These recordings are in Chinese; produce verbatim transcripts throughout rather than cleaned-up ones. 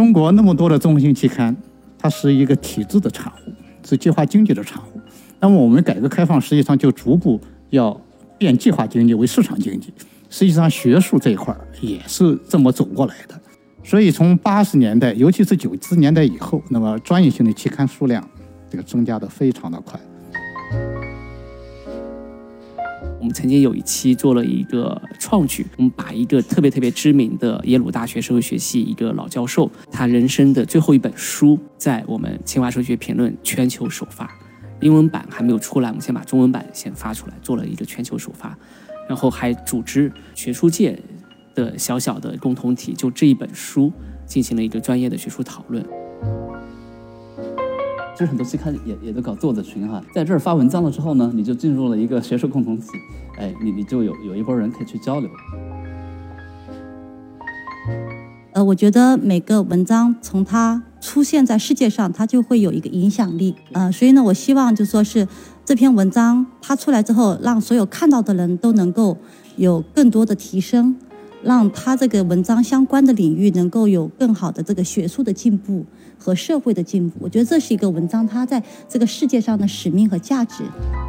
中国那么多的综合性期刊，它是一个体制的产物，是计划经济的产物。那么我们改革开放实际上就逐步要变计划经济为市场经济，实际上学术这一块也是这么走过来的。所以从八十年代，尤其是九十年代以后，那么专业性的期刊数量这个增加的非常的快。 我们曾经有一期做了一个创举，我们把一个特别特别知名的耶鲁大学社会学系一个老教授，他人生的最后一本书在我们清华社会学评论全球首发，英文版还没有出来，我们先把中文版先发出来，做了一个全球首发，然后还组织学术界的小小的共同体，就这一本书进行了一个专业的学术讨论。 其实很多期刊也也都搞作者群哈，在这儿发文章了之后呢，你就进入了一个学术共同体，哎，你你就有有一拨人可以去交流。 呃，我觉得每个文章从它出现在世界上，它就会有一个影响力，呃，所以呢，我希望就说是这篇文章它出来之后，让所有看到的人都能够有更多的提升，让它这个文章相关的领域能够有更好的这个学术的进步和社会的进步。我觉得这是一个文章它在这个世界上的使命和价值。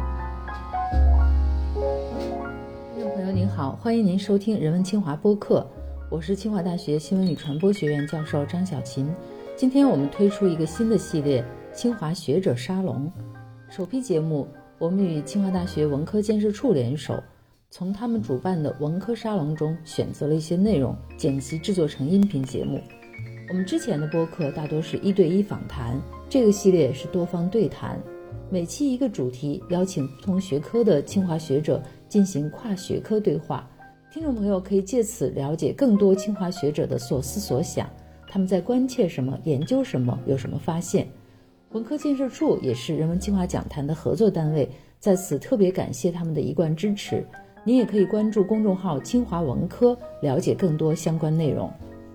听众朋友您好，欢迎您收听人文清华播客，我是清华大学新闻与传播学院教授张小琴。今天我们推出一个新的系列清华学者沙龙。首批节目我们与清华大学文科建设处联手，从他们主办的文科沙龙中选择了一些内容，剪辑制作成音频节目。我们之前的播客大多是一对一访谈，这个系列是多方对谈，每期一个主题，邀请不同学科的清华学者进行跨学科对话。听众朋友可以借此了解更多清华学者的所思所想，他们在关切什么，研究什么，有什么发现。文科建设处也是人文清华讲坛的合作单位，在此特别感谢他们的一贯支持。您也可以关注公众号清华文科，了解更多相关内容。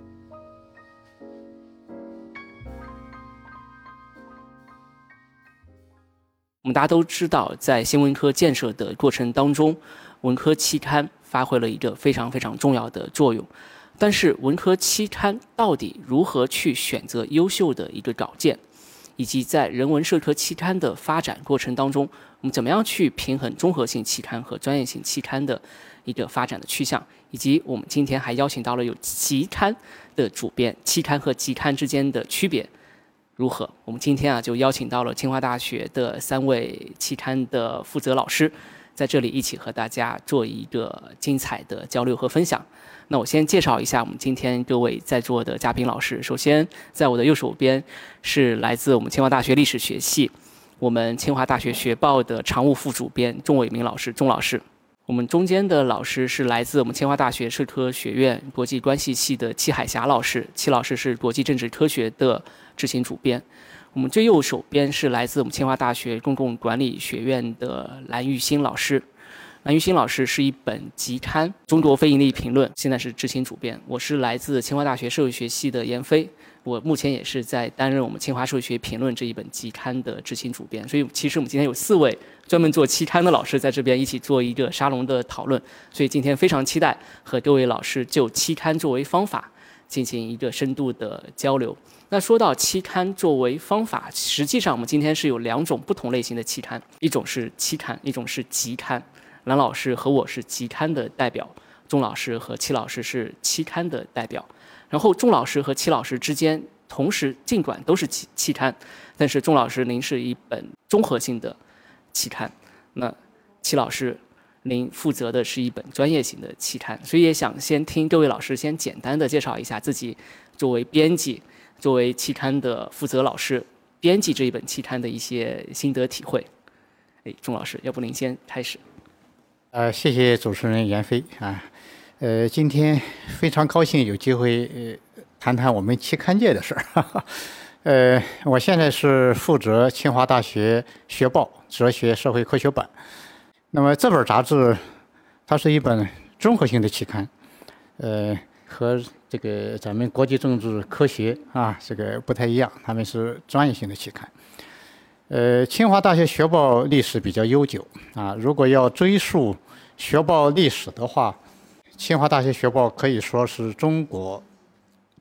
我们大家都知道，在新文科建设的过程当中，文科期刊发挥了一个非常非常重要的作用。但是文科期刊到底如何去选择优秀的一个稿件，以及在人文社科期刊的发展过程当中，我们怎么样去平衡综合性期刊和专业性期刊的一个发展的去向，以及我们今天还邀请到了有期刊的主编，期刊和集刊之间的区别如何？我们今天啊就邀请到了清华大学的三位期刊的负责老师，在这里一起和大家做一个精彩的交流和分享。那我先介绍一下我们今天各位在座的嘉宾老师。首先，在我的右手边是来自我们清华大学历史学系、我们清华大学学报的常务副主编钟伟明老师，钟老师。我们中间的老师是来自我们清华大学社科学院国际关系系的戚海霞老师，戚老师是国际政治科学的执行主编。我们最右手边是来自我们清华大学公共管理学院的蓝玉新老师。蓝玉新老师是一本集刊《中国非营利评论》，现在是执行主编。我是来自清华大学社会学系的闫飞，我目前也是在担任我们清华社会学评论这一本集刊的执行主编。所以其实我们今天有四位专门做期刊的老师在这边一起做一个沙龙的讨论，所以今天非常期待和各位老师就期刊作为方法进行一个深度的交流。那说到期刊作为方法，实际上我们今天是有两种不同类型的期刊，一种是期刊，一种是集刊。蓝老师和我是集刊的代表，钟老师和戚老师是期刊的代表。然后钟老师和戚老师之间同时尽管都是期期刊，但是钟老师您是一本综合性的期刊，那戚老师您负责的是一本专业型的期刊。所以也想先听各位老师先简单的介绍一下自己作为编辑、作为期刊的负责老师编辑这一本期刊的一些心得体会。哎，钟老师，要不您先开始。 呃，谢谢主持人闫飞啊，呃，今天非常高兴有机会呃谈谈我们期刊界的事儿。呃，我现在是负责清华大学学报哲学社会科学版。那么这本杂志，它是一本综合性的期刊，呃，和这个咱们国际政治科学啊这个不太一样，他们是专业性的期刊。呃，清华大学学报历史比较悠久啊，如果要追溯学报历史的话，清华大学学报可以说是中国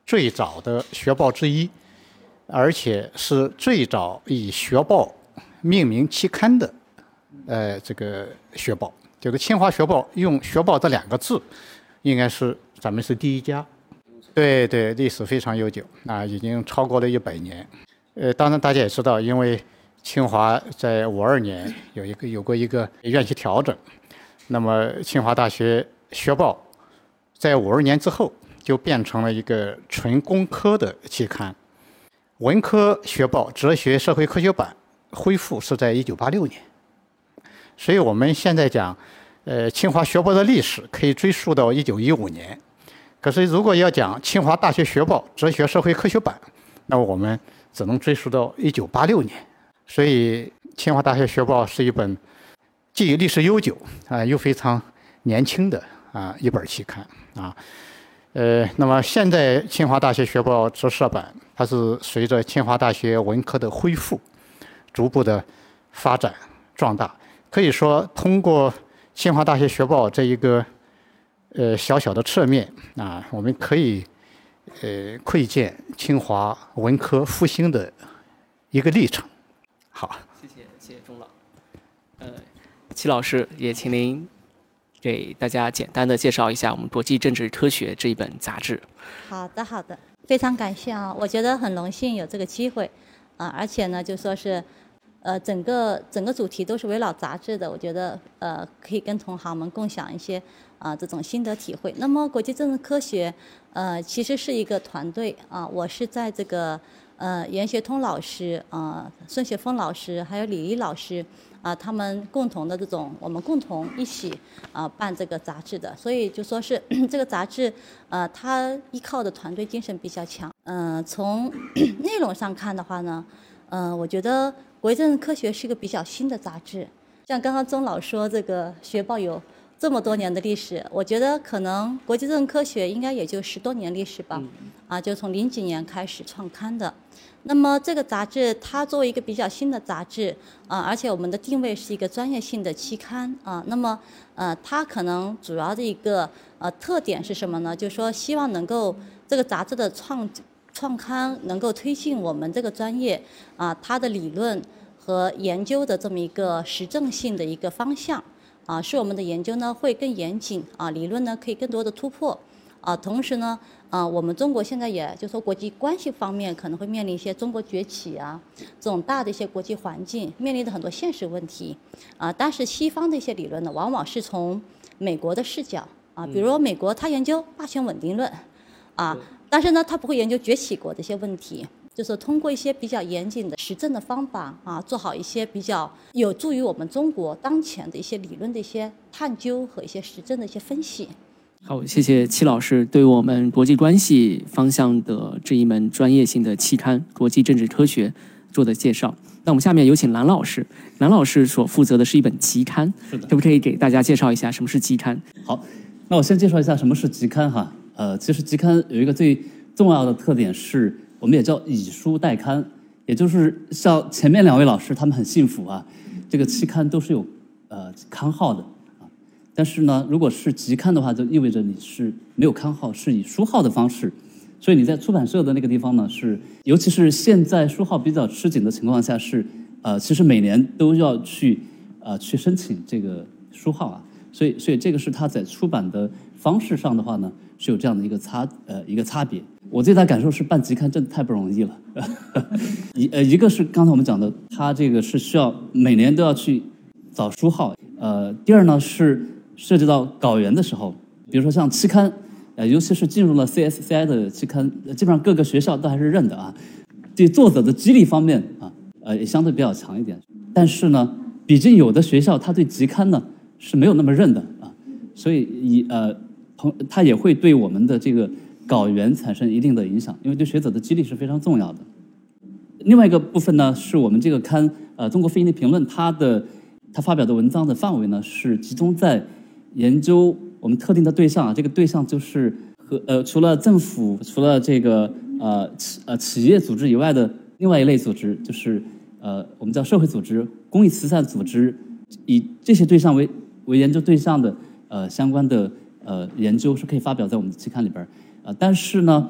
最早的学报之一，而且是最早以学报命名期刊的，呃，这个学报，就是清华学报用学报这两个字，应该是咱们是第一家。对对，历史非常悠久啊，已经超过了一百年。呃，当然大家也知道，因为清华在五二年有一个有过一个院系调整，那么清华大学学报在五二年之后就变成了一个纯工科的期刊。文科学报哲学社会科学版恢复是在一九八六年，所以我们现在讲，呃，清华学报的历史可以追溯到一九一五年。可是如果要讲清华大学学报哲学社会科学版，那么我们只能追溯到一九八六年。所以清华大学学报是一本既历史悠久啊又非常年轻的啊一本期刊啊。呃，那么现在清华大学学报折射版，它是随着清华大学文科的恢复，逐步的发展壮大。可以说，通过清华大学学报这一个呃小小的侧面啊，我们可以呃窥见清华文科复兴的一个历程。好， 谢谢谢谢钟老。呃，戚老师也请您给大家简单的介绍一下我们《国际政治科学》这一本杂志。 好的，好的，非常感谢啊！我觉得很荣幸有这个机会，啊，而且呢，就说是，呃，整个整个主题都是围绕杂志的，我觉得呃可以跟同行们共享一些啊、呃、这种心得体会。那么国际政治科学，呃，其实是一个团队啊，我是在这个呃袁学通老师、啊、呃、孙雪峰老师还有李丽老师。啊，他们共同的这种，我们共同一起啊办这个杂志的，所以就说是这个杂志，呃，它依靠的团队精神比较强。嗯、呃，从内容上看的话呢，嗯、呃，我觉得《国际政治科学》是一个比较新的杂志。像刚刚钟老说，这个学报有这么多年的历史，我觉得可能《国际政治科学》应该也就十多年历史吧，啊，就从零几年开始创刊的。那么这个杂志它作为一个比较新的杂志啊、呃，而且我们的定位是一个专业性的期刊啊、呃，那么呃，它可能主要的一个呃特点是什么呢？就是说希望能够这个杂志的创创刊能够推进我们这个专业啊、呃，它的理论和研究的这么一个实证性的一个方向啊、呃，使我们的研究呢会更严谨啊、呃，理论呢可以更多的突破啊、呃，同时呢。啊、呃，我们中国现在也就说国际关系方面可能会面临一些中国崛起啊这种大的一些国际环境，面临的很多现实问题啊、呃。但是西方的一些理论呢，往往是从美国的视角啊，比如说美国他研究霸权稳定论啊，但是呢他不会研究崛起国的一些问题，就是通过一些比较严谨的实证的方法啊，做好一些比较有助于我们中国当前的一些理论的一些探究和一些实证的一些分析。 好，谢谢戚老师对我们国际关系方向的这一门专业性的期刊《国际政治科学》做的介绍。那我们下面有请蓝老师，蓝老师所负责的是一本期刊，可不可以给大家介绍一下什么是期刊？ 好，那我先介绍一下什么是期刊哈。呃，其实期刊有一个最重要的特点是，我们也叫以书代刊，也就是像前面两位老师他们很幸福啊，这个期刊都是有呃刊号的。但是呢，如果是集刊的话，就意味着你是没有刊号，是以书号的方式。所以你在出版社的那个地方呢，是尤其是现在书号比较吃紧的情况下，是呃，其实每年都要去呃去申请这个书号啊。所以，所以这个是它在出版的方式上的话呢，是有这样的一个差呃一个差别。我最大感受是办集刊真的太不容易了。一呃一个是刚才我们讲的，它这个是需要每年都要去找书号。呃，第二呢是。涉及到稿源的时候，比如说像期刊，呃，尤其是进入了 C S C I 的期刊，基本上各个学校都还是认的啊。对作者的激励方面啊，呃，也相对比较强一点。但是呢，毕竟有的学校他对集刊呢是没有那么认的啊，所以以呃，同他也会对我们的这个稿源产生一定的影响，因为对学者的激励是非常重要的。另外一个部分呢，是我们这个刊，呃，《中国非营利评论》，它的它发表的文章的范围呢是集中在研究我们特定的对象啊，这个对象就是和呃除了政府、除了这个呃企呃企业组织以外的另外一类组织，就是呃我们叫社会组织、公益慈善组织，以这些对象为为研究对象的呃相关的呃研究是可以发表在我们的期刊里边呃，但是呢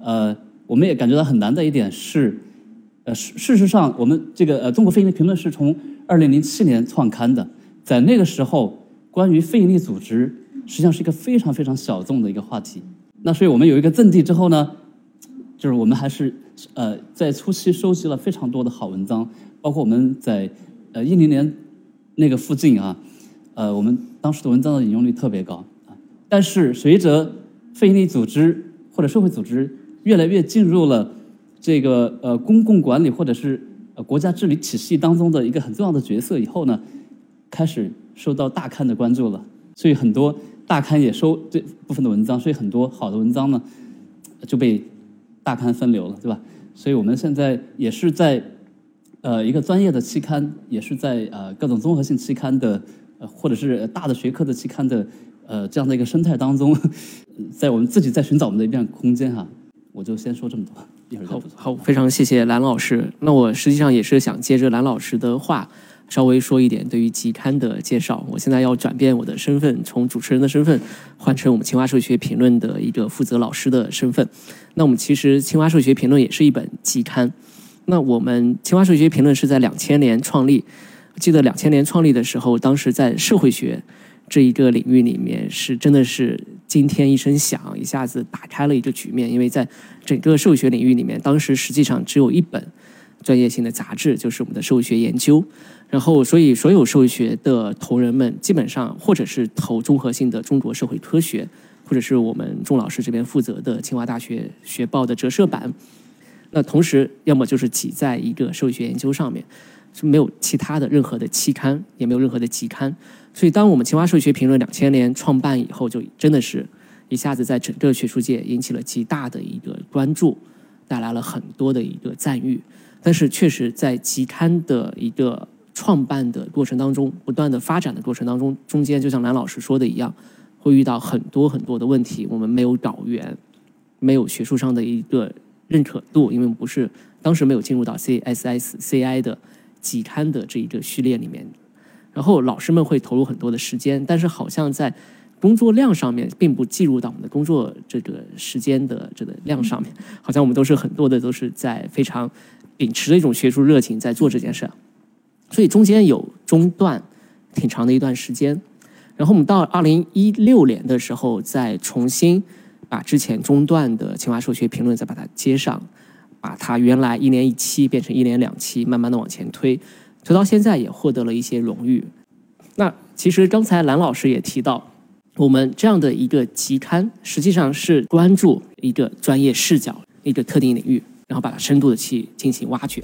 呃，我们也感觉到很难的一点是，呃，事事实上，我们这个呃《中国非营利评论》是从二零零七年创刊的，在那个时候，关于非营利组织实际上是一个非常非常小众的一个话题。那所以我们有一个阵地之后呢，就是我们还是呃在初期收集了非常多的好文章，包括我们在呃一零年那个附近啊，呃我们当时的文章的引用率特别高啊。但是随着非营利组织或者社会组织越来越进入了这个呃公共管理或者是呃国家治理体系当中的一个很重要的角色以后呢，开始受到大刊的关注了，所以很多大刊也收这部分的文章，所以很多好的文章呢就被大刊分流了，对吧？所以我们现在也是在呃一个专业的期刊，也是在呃各种综合性期刊的呃或者是大的学科的期刊的呃这样的一个生态当中，在我们自己在寻找我们的一片空间哈。我就先说这么多，一会儿再补充。 好，非常谢谢蓝老师。那我实际上也是想接着蓝老师的话，稍微说一点对于期刊的介绍。我现在要转变我的身份，从主持人的身份换成我们清华社会学评论的一个负责老师的身份。那我们其实清华社会学评论也是一本期刊。那我们清华社会学评论是在两千年创立，我记得两千年创立的时候，当时在社会学这一个领域里面是真的是惊天一声响，一下子打开了一个局面。因为在整个社会学领域里面，当时实际上只有一本专业性的杂志，就是我们的社会学研究。然后所以所有社会学的同仁们基本上或者是投综合性的中国社会科学，或者是我们钟老师这边负责的清华大学学报的折射版，那同时要么就是挤在一个社会学研究上面，是没有其他的任何的期刊，也没有任何的集刊。所以当我们清华社会学评论两千年创办以后，就真的是一下子在整个学术界引起了极大的一个关注，带来了很多的一个赞誉。但是确实在集刊的一个创办的过程当中，不断的发展的过程当中，中间就像蓝老师说的一样，会遇到很多很多的问题。我们没有稿源，没有学术上的一个认可度，因为不是当时没有进入到 C S S C I 的集刊的这一个序列里面。然后老师们会投入很多的时间，但是好像在工作量上面并不计入到我们的工作这个时间的这个量上面，好像我们都是很多的都是在非常秉持的一种学术热情在做这件事，所以中间有中断挺长的一段时间。然后我们到二零一六年的时候，再重新把之前中断的清华社会学评论再把它接上，把它原来一年一期变成一年两期，慢慢的往前推。推到现在也获得了一些荣誉。那其实刚才蓝老师也提到，我们这样的一个期刊实际上是关注一个专业视角，一个特定领域，然后把它深度的去进行挖掘。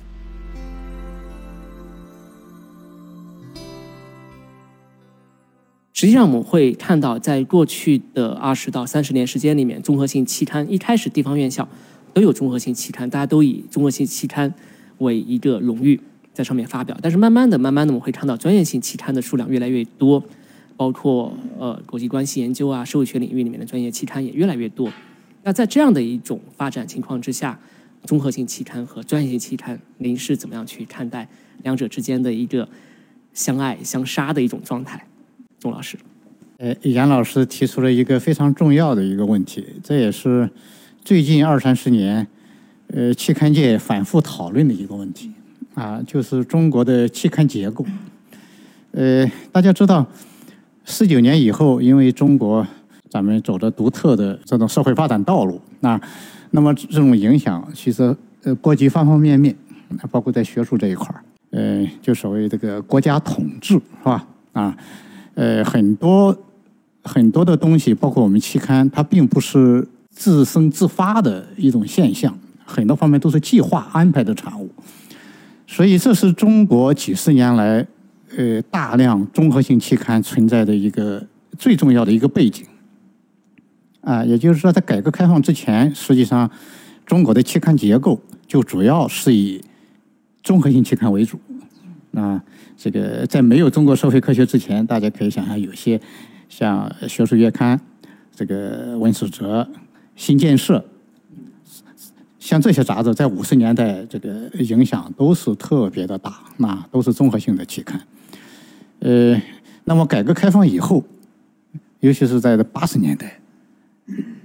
实际上我们会看到，在过去的二十到三十年时间里面，综合性期刊一开始地方院校都有综合性期刊，大家都以综合性期刊为一个荣誉在上面发表。但是慢慢的慢慢的我们会看到专业性期刊的数量越来越多，包括呃国际关系研究啊、社会学领域里面的专业期刊也越来越多。那在这样的一种发展情况之下，综合性期刊和专业性期刊，您是怎么样去看待两者之间的一个相爱相杀的一种状态？钟老师。 呃，杨老师提出了一个非常重要的一个问题，这也是最近二三十年呃期刊界反复讨论的一个问题啊，就是中国的期刊结构。呃，大家知道，四九年以后，因为中国咱们走着独特的这种社会发展道路，那那么这种影响其实呃波及方方面面，包括在学术这一块儿，呃，就所谓这个国家统治是吧？啊，呃，很多很多的东西，包括我们期刊，它并不是自生自发的一种现象，很多方面都是计划安排的产物。所以这是中国几十年来呃大量综合性期刊存在的一个最重要的一个背景啊，也就是说在改革开放之前，实际上中国的期刊结构就主要是以综合性期刊为主啊。这个在没有中国社会科学之前，大家可以想象有些像学术月刊、这个文史哲、新建社，像这些杂志在五十年代这个影响都是特别的大，那都是综合性的期刊。呃，那么改革开放以后，尤其是在八十年代，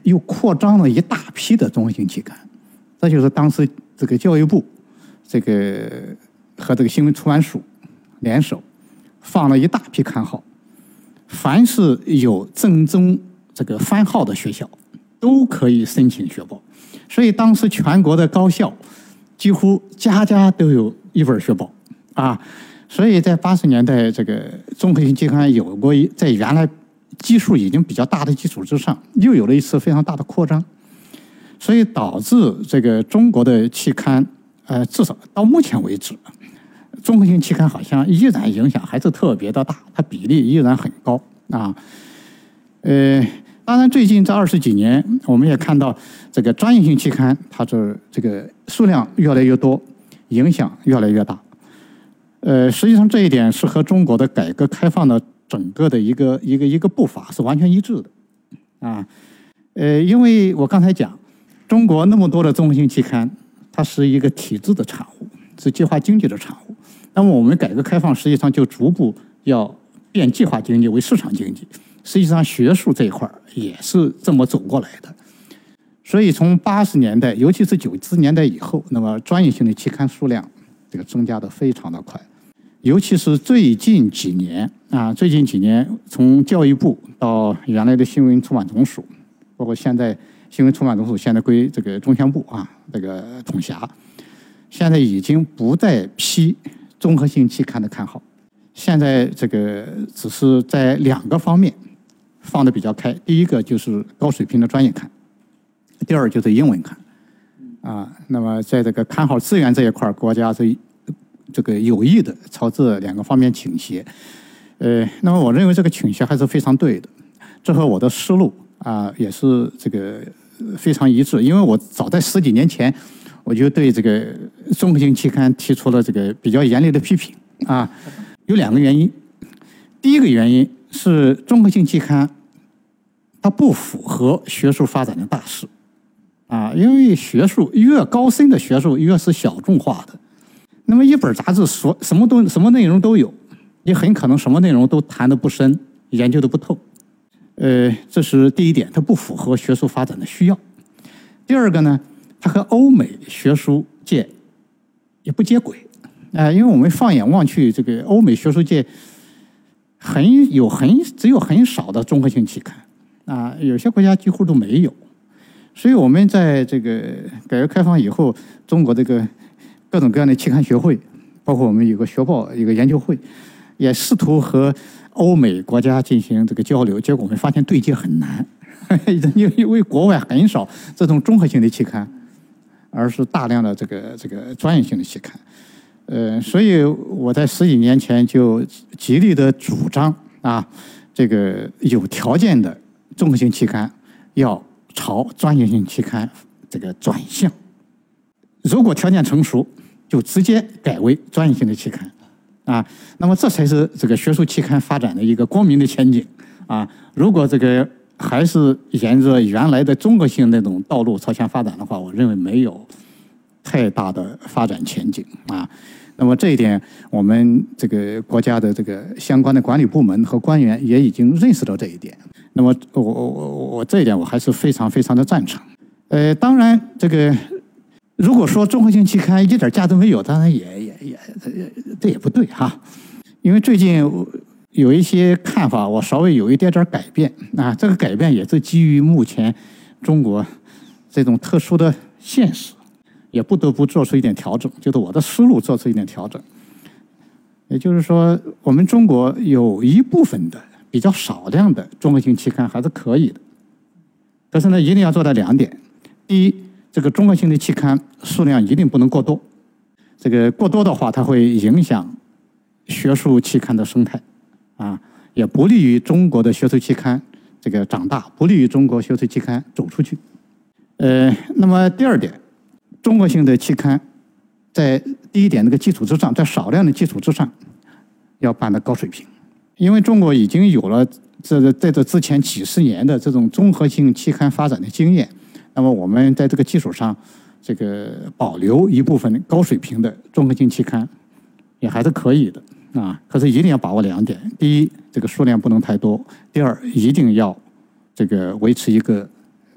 又扩张了一大批的综合性期刊，这就是当时这个教育部这个和这个新闻出版署联手放了一大批刊号，凡是有正宗这个番号的学校都可以申请学报，所以当时全国的高校几乎家家都有一本学报啊。所以在八十年代，这个综合性期刊有过在原来基数已经比较大的基础之上，又有了一次非常大的扩张，所以导致这个中国的期刊，呃，至少到目前为止，综合性期刊好像依然影响还是特别的大，它比例依然很高啊。呃，当然最近这二十几年，我们也看到这个专业性期刊，它这这个数量越来越多，影响越来越大。呃，实际上这一点是和中国的改革开放的整个的一个一个一个步伐是完全一致的，啊，呃，因为我刚才讲，中国那么多的综合性期刊，它是一个体制的产物，是计划经济的产物。那么我们改革开放实际上就逐步要变计划经济为市场经济，实际上学术这一块也是这么走过来的。所以从八十年代，尤其是九十年代以后，那么专业性的期刊数量这个增加的非常的快。尤其是最近几年啊，最近几年从教育部到原来的新闻出版总署，包括现在新闻出版总署现在归这个中宣部啊这个统辖，现在已经不再批综合性期刊的刊号，现在这个只是在两个方面放得比较开，第一个就是高水平的专业刊，第二就是英文刊啊。那么在这个刊号资源这一块，国家是这个有意的朝这两个方面倾斜，呃，那么我认为这个倾斜还是非常对的，这和我的思路啊也是这个非常一致。因为我早在十几年前，我就对这个综合性期刊提出了这个比较严厉的批评啊，有两个原因。第一个原因是综合性期刊它不符合学术发展的大势啊，因为学术越高深的学术越是小众化的。那么一本杂志说什么都什么内容都有，也很可能什么内容都谈得不深，研究得不透。呃，这是第一点，它不符合学术发展的需要。第二个呢，它和欧美学术界也不接轨啊、呃，因为我们放眼望去，这个欧美学术界很有很只有很少的综合性期刊啊、呃，有些国家几乎都没有。所以我们在这个改革开放以后，中国这个各种各样的期刊学会，包括我们有个学报、一个研究会，也试图和欧美国家进行这个交流，结果我们发现对接很难，因为国外很少这种综合性的期刊，而是大量的这个这个专业性的期刊。呃，所以我在十几年前就极力的主张啊，这个有条件的综合性期刊要朝专业性期刊这个转向，如果条件成熟，就直接改为专业性的期刊，啊，那么这才是这个学术期刊发展的一个光明的前景，啊，如果这个还是沿着原来的综合性那种道路朝前发展的话，我认为没有太大的发展前景啊。那么这一点，我们这个国家的这个相关的管理部门和官员也已经认识到这一点。那么我我我我这一点我还是非常非常的赞成。呃，当然这个。如果说综合性期刊一点价值没有，当然也也也这也不对哈，因为最近有一些看法，我稍微有一点点改变啊，这个改变也是基于目前中国这种特殊的现实，也不得不做出一点调整，就是我的思路做出一点调整。也就是说，我们中国有一部分的比较少量的综合性期刊还是可以的，但是呢，一定要做到两点：第一，这个综合性的期刊数量一定不能过多，这个过多的话，它会影响学术期刊的生态，啊，也不利于中国的学术期刊这个长大，不利于中国学术期刊走出去。呃，那么第二点，综合性的期刊在第一点这个基础之上，在少量的基础之上，要办得高水平，因为中国已经有了这个在这之前几十年的这种综合性期刊发展的经验。那么我们在这个基础上，这个保留一部分高水平的综合性期刊，也还是可以的啊。可是一定要把握两点：第一，这个数量不能太多；第二，一定要这个维持一个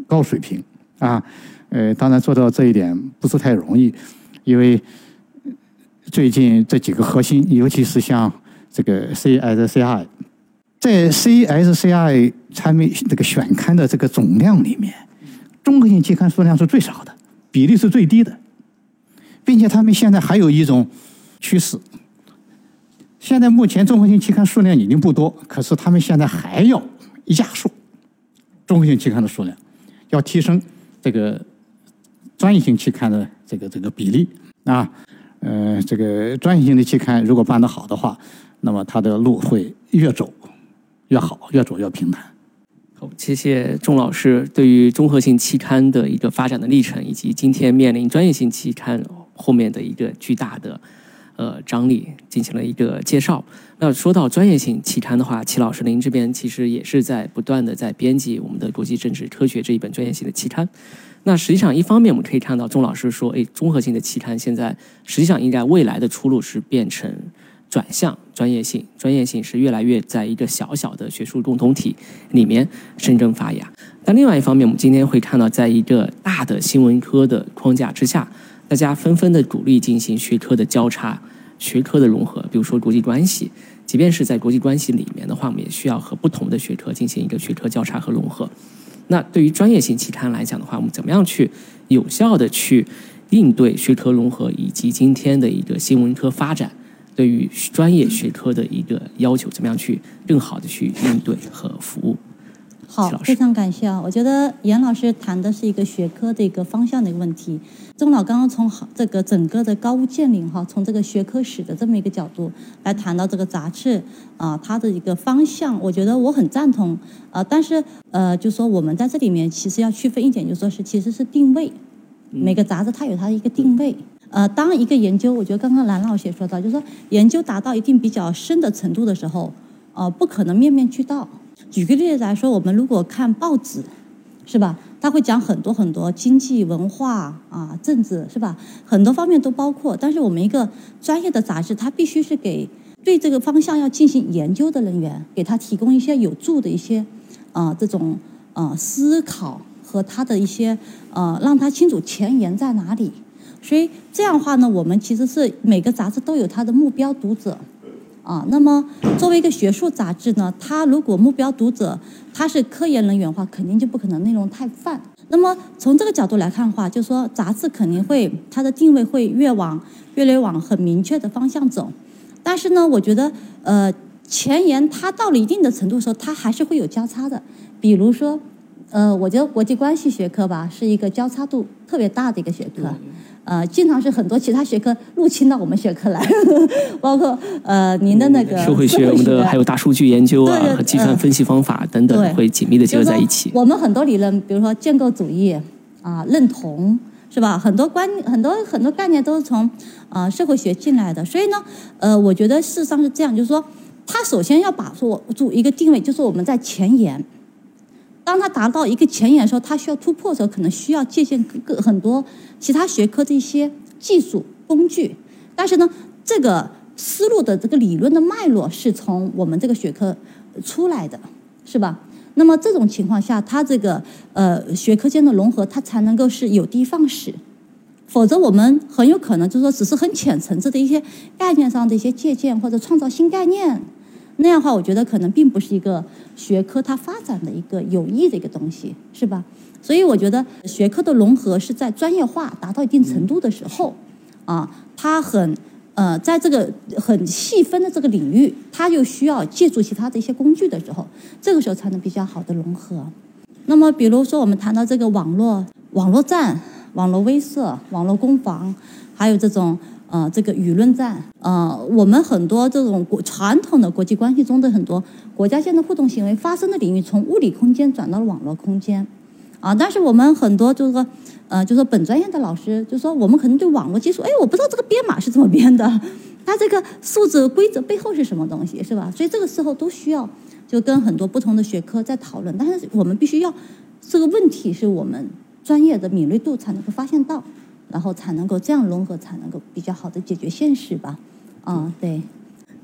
高水平啊。呃，当然做到这一点不是太容易，因为最近这几个核心，尤其是像这个 C S C I， 在 C S C I 产品这个选刊的这个总量里面，综合性期刊数量是最少的，比例是最低的，并且他们现在还有一种趋势。现在目前综合性期刊数量已经不多，可是他们现在还要压缩综合性期刊的数量，要提升这个专业性期刊的这个这个比例啊。呃，这个专业性的期刊如果办得好的话，那么它的路会越走越好，越走越平坦。 好，谢谢钟老师对于综合性期刊的一个发展的历程，以及今天面临专业性期刊后面的一个巨大的呃张力进行了一个介绍。那说到专业性期刊的话，齐老师您这边其实也是在不断的在编辑我们的国际政治科学这一本专业性的期刊。那实际上一方面我们可以看到钟老师说，哎，综合性的期刊现在实际上应该未来的出路是变成转向专业性，专业性是越来越在一个小小的学术共同体里面生根发芽。但另外一方面，我们今天会看到，在一个大的新闻科的框架之下，大家纷纷的鼓励进行学科的交叉、学科的融合。比如说国际关系，即便是在国际关系里面的话，我们也需要和不同的学科进行一个学科交叉和融合。那对于专业性期刊来讲的话，我们怎么样去有效的去应对学科融合以及今天的一个新闻科发展对于专业学科的一个要求，怎么样去更好的去应对和服务？ 好，非常感谢啊！我觉得严老师谈的是一个学科的一个方向的一个问题。钟老刚刚从这个整个的高屋建瓴哈，从这个学科史的这么一个角度来谈到这个杂志啊，它的一个方向，我觉得我很赞同啊。但是呃，就说我们在这里面其实要区分一点，就说是其实是定位，每个杂志它有它的一个定位。呃，当一个研究，我觉得刚刚蓝老师也说到，就是说研究达到一定比较深的程度的时候，呃，不可能面面俱到。举个例子来说，我们如果看报纸，是吧？它会讲很多很多经济、文化啊、政治，是吧？很多方面都包括。但是我们一个专业的杂志，它必须是给对这个方向要进行研究的人员，给他提供一些有助的一些啊、呃、这种啊、呃、思考和他的一些呃让他清楚前沿在哪里。所以这样的话呢，我们其实是每个杂志都有它的目标读者。啊，那么作为一个学术杂志呢，它如果目标读者他是科研人员的话，肯定就不可能内容太泛。那么从这个角度来看的话，就是说杂志肯定会它的定位会越往越来越往很明确的方向走。但是呢，我觉得呃前沿它到了一定的程度的时候，它还是会有交叉的。比如说，呃，我觉得国际关系学科吧是一个交叉度特别大的一个学科。呃，经常是很多其他学科入侵到我们学科来，包括呃您的那个社会学，我们的还有大数据研究啊，和计算分析方法等等，会紧密的结合在一起。 我们很多理论，比如说建构主义啊、认同，是吧？很多观很多很多概念都是从啊、呃、社会学进来的。所以呢，呃，我觉得事实上是这样，就是说，他首先要把握住一个定位，就是我们在前沿。当他达到一个前沿的时候，他需要突破的时候，可能需要借鉴各很多其他学科的一些技术工具。但是呢，这个思路的这个理论的脉络是从我们这个学科出来的，是吧？那么这种情况下，它这个呃学科间的融合，它才能够是有的放矢。否则，我们很有可能就是说，只是很浅层次的一些概念上的一些借鉴或者创造新概念。那样的话，我觉得可能并不是一个学科它发展的一个有益的一个东西，是吧？所以我觉得学科的融合是在专业化达到一定程度的时候，啊，它很呃，在这个很细分的这个领域，它又需要借助其他的一些工具的时候，这个时候才能比较好的融合。那么，比如说我们谈到这个网络、网络战、网络威慑、网络攻防，还有这种。呃，这个舆论战，呃，我们很多这种国传统的国际关系中的很多国家间的互动行为发生的领域，从物理空间转到了网络空间，啊，但是我们很多就是说，呃，就是说本专业的老师就说，我们可能对网络技术，哎，我不知道这个编码是怎么编的，它这个数字规则背后是什么东西，是吧？所以这个时候都需要就跟很多不同的学科在讨论，但是我们必须要这个问题是我们专业的敏锐度才能够发现到。然后才能够这样融合，才能够比较好的解决现实吧，啊、嗯，对。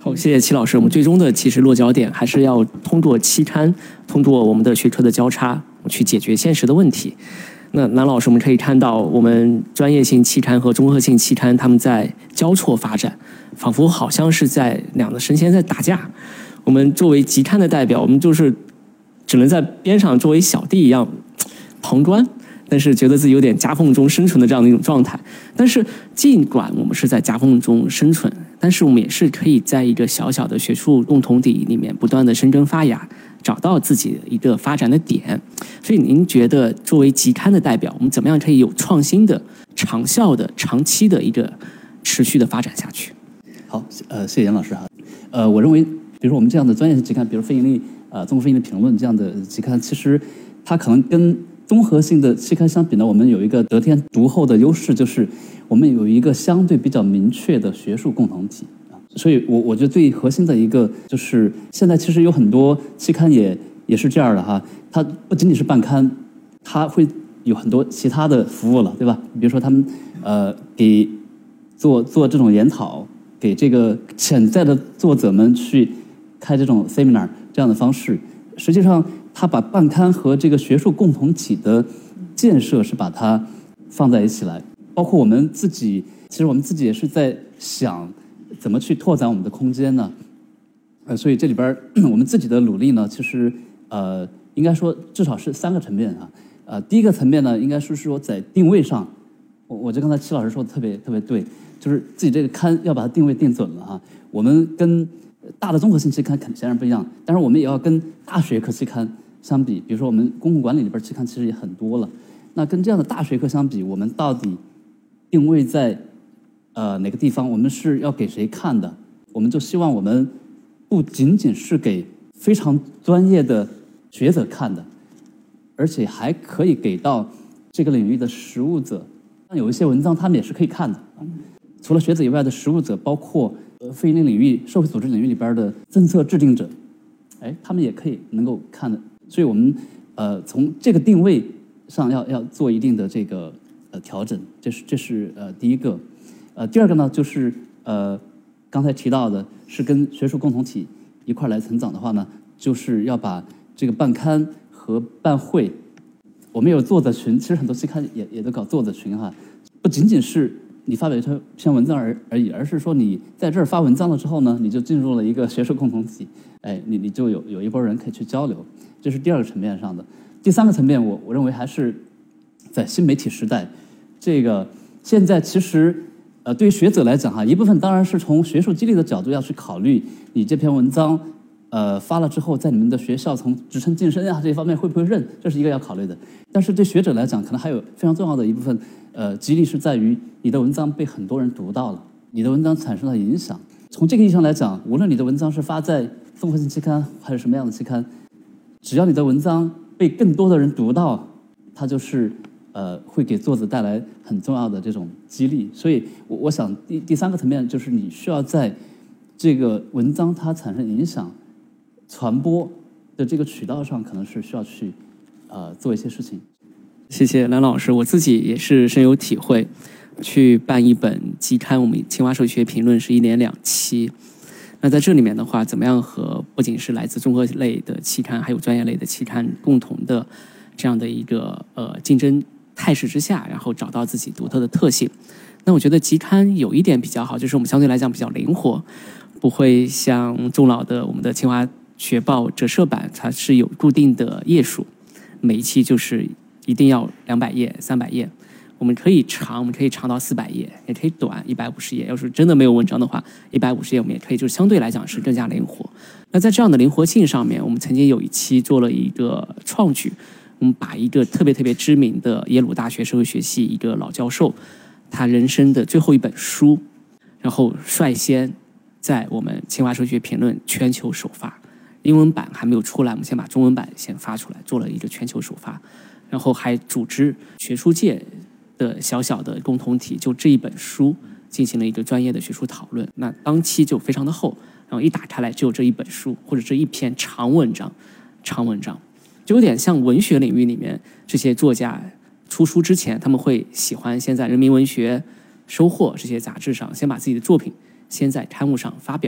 好，谢谢齐老师。我们最终的其实落脚点还是要通过期刊，通过我们的学科的交叉，去解决现实的问题。那南老师，我们可以看到，我们专业性期刊和综合性期刊他们在交错发展，仿佛好像是在两个神仙在打架。我们作为集刊的代表，我们就是只能在边上作为小弟一样旁观，但是觉得自己有点夹缝中生存的这样的一种状态。但是尽管我们是在夹缝中生存，但是我们也是可以在一个小小的学术共同体里面不断的生根发芽，找到自己一个发展的点。所以您觉得作为集刊的代表，我们怎么样可以有创新的、长效的、长期的一个持续的发展下去？ 好，呃，谢谢杨老师哈。呃，我认为，比如说我们这样的专业性期刊，比如非盈利呃综合非盈利评论这样的期刊，其实它可能跟综合性的期刊相比呢，我们有一个得天独厚的优势，就是我们有一个相对比较明确的学术共同体啊。所以我我觉得最核心的一个就是，现在其实有很多期刊也也是这样的哈，它不仅仅是办刊，它会有很多其他的服务了，对吧？比如说他们呃给做做这种研讨，给这个潜在的作者们去开这种 seminar 这样的方式，实际上他把办刊和这个学术共同体的建设是把它放在一起来。包括我们自己，其实我们自己也是在想怎么去拓展我们的空间呢？呃，所以这里边我们自己的努力呢，其实呃，应该说至少是三个层面啊。呃，第一个层面呢，应该是说在定位上，我我就刚才齐老师说的特别特别对，就是自己这个刊要把它定位定准了哈。我们跟大的综合性期刊肯显然不一样，但是我们也要跟大学科期刊相比，比如说我们公共管理里边期刊其实也很多了。那跟这样的大学科相比，我们到底定位在呃哪个地方？我们是要给谁看的？我们就希望我们不仅仅是给非常专业的学者看的，而且还可以给到这个领域的实务者。有一些文章他们也是可以看的。除了学者以外的实务者，包括呃非营利领域、社会组织领域里边的政策制定者，哎，他们也可以能够看的。所以我们呃从这个定位上要要做一定的这个呃调整，这是这是呃第一个。呃，第二个呢，就是呃刚才提到的是跟学术共同体一块来成长的话呢，就是要把这个办刊和办会，我们有作者群，其实很多期刊也也都搞作者群哈，不仅仅是你发表一篇文章而而已，而是说你在这儿发文章了之后呢，你就进入了一个学术共同体，哎，你你就有有一拨人可以去交流，这是第二个层面上的。第三个层面，我我认为还是在新媒体时代，这个现在其实呃对于学者来讲哈，一部分当然是从学术激励的角度要去考虑你这篇文章呃发了之后，在你们的学校从职称晋升啊这一方面会不会认，这是一个要考虑的。但是对学者来讲，可能还有非常重要的一部分呃激励是在于你的文章被很多人读到了，你的文章产生了影响。从这个意义上来讲，无论你的文章是发在综合性期刊还是什么样的期刊，只要你的文章被更多的人读到，它就是呃会给作者带来很重要的这种激励。所以我我想第第三个层面就是你需要在这个文章它产生影响传播的这个渠道上，可能是需要去呃做一些事情。 谢谢蓝老师，我自己也是深有体会。去办一本期刊，我们清华社会学评论是一年两期。那在这里面的话，怎么样和不仅是来自综合类的期刊，还有专业类的期刊共同的这样的一个呃竞争态势之下，然后找到自己独特的特性。那我觉得期刊有一点比较好，就是我们相对来讲比较灵活，不会像重老的我们的清华学报折射版，它是有固定的页数，每一期就是一定要两百页、三百页。我们可以长，我们可以长到四百页，也可以短一百五十页。要是真的没有文章的话，一百五十页我们也可以，就是相对来讲是更加灵活。那在这样的灵活性上面，我们曾经有一期做了一个创举，我们把一个特别特别知名的耶鲁大学社会学系一个老教授，他人生的最后一本书，然后率先在我们清华社会学评论全球首发，英文版还没有出来，我们先把中文版先发出来，做了一个全球首发，然后还组织学术界的小小的共同体就这一本书进行了一个专业的学术讨论。那当期就非常的厚，然后一打开来只有这一本书或者这一篇长文章，长文章就有点像文学领域里面这些作家出书之前，他们会喜欢先在人民文学、收获这些杂志上先把自己的作品先在刊物上发表，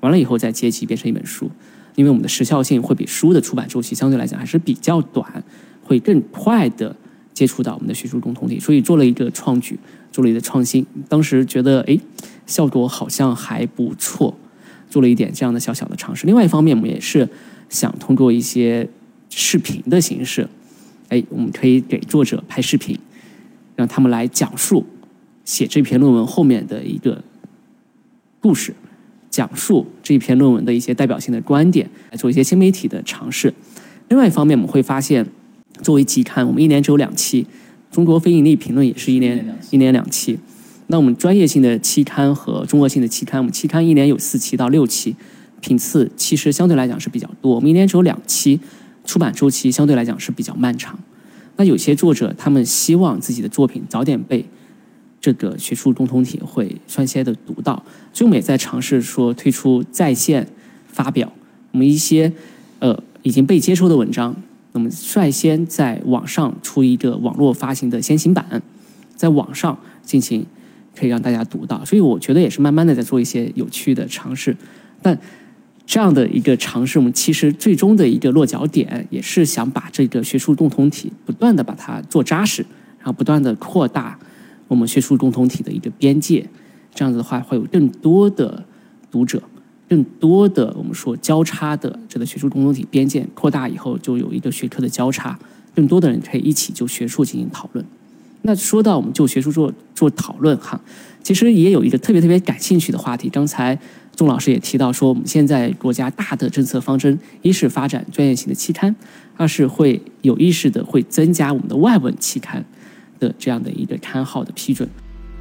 完了以后再结集变成一本书。因为我们的时效性会比书的出版周期相对来讲还是比较短，会更快的接触到我们的学术共同体，所以做了一个创举，做了一个创新。当时觉得哎，效果好像还不错，做了一点这样的小小的尝试。另外一方面，我们也是想通过一些视频的形式，哎，我们可以给作者拍视频，让他们来讲述写这篇论文后面的一个故事，讲述这篇论文的一些代表性的观点，来做一些新媒体的尝试。另外一方面，我们会发现，作为期刊，我们一年只有两期，中国非盈利评论也是一年一年两期。那我们专业性的期刊和综合性的期刊，我们期刊一年有四期到六期，频次其实相对来讲是比较多。我们一年只有两期，出版周期相对来讲是比较漫长。那有些作者他们希望自己的作品早点被这个学术共同体会率先的读到，所以我们也在尝试说推出在线发表，我们一些呃已经被接收的文章，那么率先在网上出一个网络发行的先行版，在网上进行可以让大家读到。所以我觉得也是慢慢的在做一些有趣的尝试，但这样的一个尝试，我们其实最终的一个落脚点也是想把这个学术共同体不断的把它做扎实，然后不断的扩大我们学术共同体的一个边界，这样子的话会有更多的读者，更多的我们说交叉的这个学术共同体边界扩大以后，就有一个学科的交叉，更多的人可以一起就学术进行讨论。那说到我们就学术做做讨论哈，其实也有一个特别特别感兴趣的话题。刚才钟老师也提到说，我们现在国家大的政策方针，一是发展专业性的期刊，二是会有意识的会增加我们的外文期刊的这样的一个刊号的批准。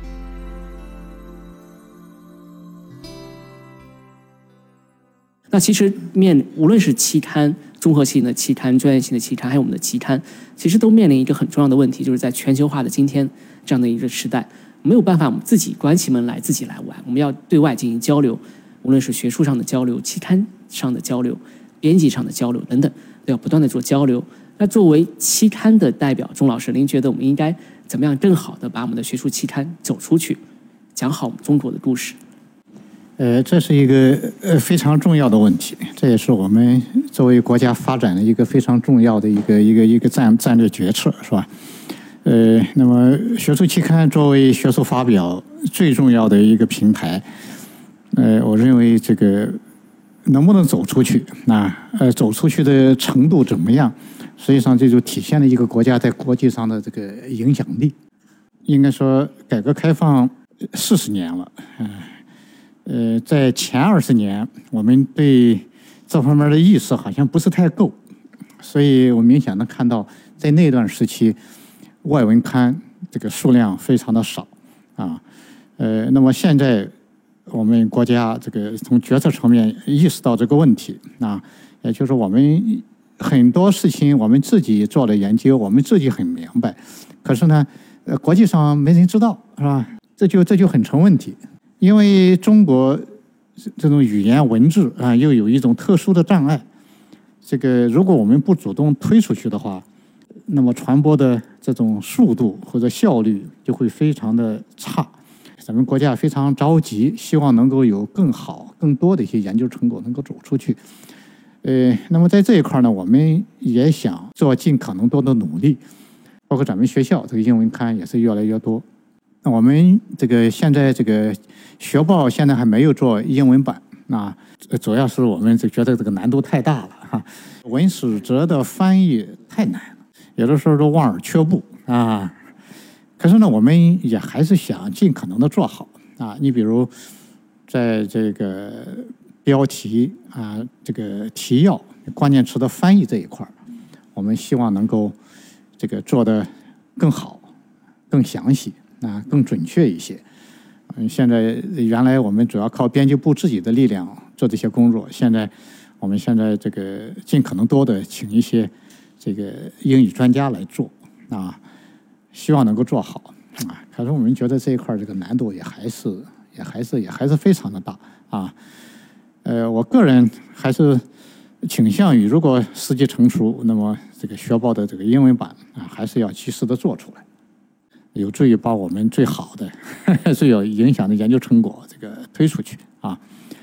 那其实面无论是期刊、综合性的期刊、专业性的期刊，还有我们的期刊，其实都面临一个很重要的问题，就是在全球化的今天这样的一个时代，没有办法我们自己关起门来自己来玩，我们要对外进行交流，无论是学术上的交流、期刊上的交流、编辑上的交流等等，都要不断的做交流。那作为期刊的代表，钟老师，您觉得我们应该怎么样更好的把我们的学术期刊走出去，讲好我们中国的故事？ 呃，这是一个呃非常重要的问题，这也是我们作为国家发展的一个非常重要的一个一个一个战战略决策，是吧？呃，那么学术期刊作为学术发表最重要的一个平台，呃，我认为这个能不能走出去，那呃走出去的程度怎么样？实际上这就体现了一个国家在国际上的这个影响力。应该说，改革开放四十年了，嗯。呃，在前二十年，我们对这方面的意识好像不是太够，所以我明显的看到，在那段时期，外文刊这个数量非常的少啊。呃，那么现在我们国家这个从决策层面意识到这个问题啊，也就是我们很多事情我们自己做了研究，我们自己很明白，可是呢，呃，国际上没人知道，是吧？这就这就很成问题。因为中国这种语言文字啊，又有一种特殊的障碍。这个如果我们不主动推出去的话，那么传播的这种速度或者效率就会非常的差。咱们国家非常着急，希望能够有更好、更多的一些研究成果能够走出去。呃，那么在这一块呢，我们也想做尽可能多的努力，包括咱们学校这个英文刊也是越来越多。那我们这个现在这个学报现在还没有做英文版啊，主要是我们就觉得这个难度太大了哈，文史哲的翻译太难了，有的时候都望而却步啊。可是呢，我们也还是想尽可能的做好啊。你比如在这个标题啊、这个提要、关键词的翻译这一块，我们希望能够这个做得更好、更详细。啊，更准确一些。嗯，现在原来我们主要靠编辑部自己的力量做这些工作，现在我们现在这个尽可能多的请一些这个英语专家来做啊，希望能够做好啊。可是我们觉得这一块这个难度也还是也还是也还是非常的大啊。呃，我个人还是倾向于，如果时机成熟，那么这个学报的这个英文版啊，还是要及时的做出来。有助于把我们最好的、最有影响的研究成果这个推出去啊。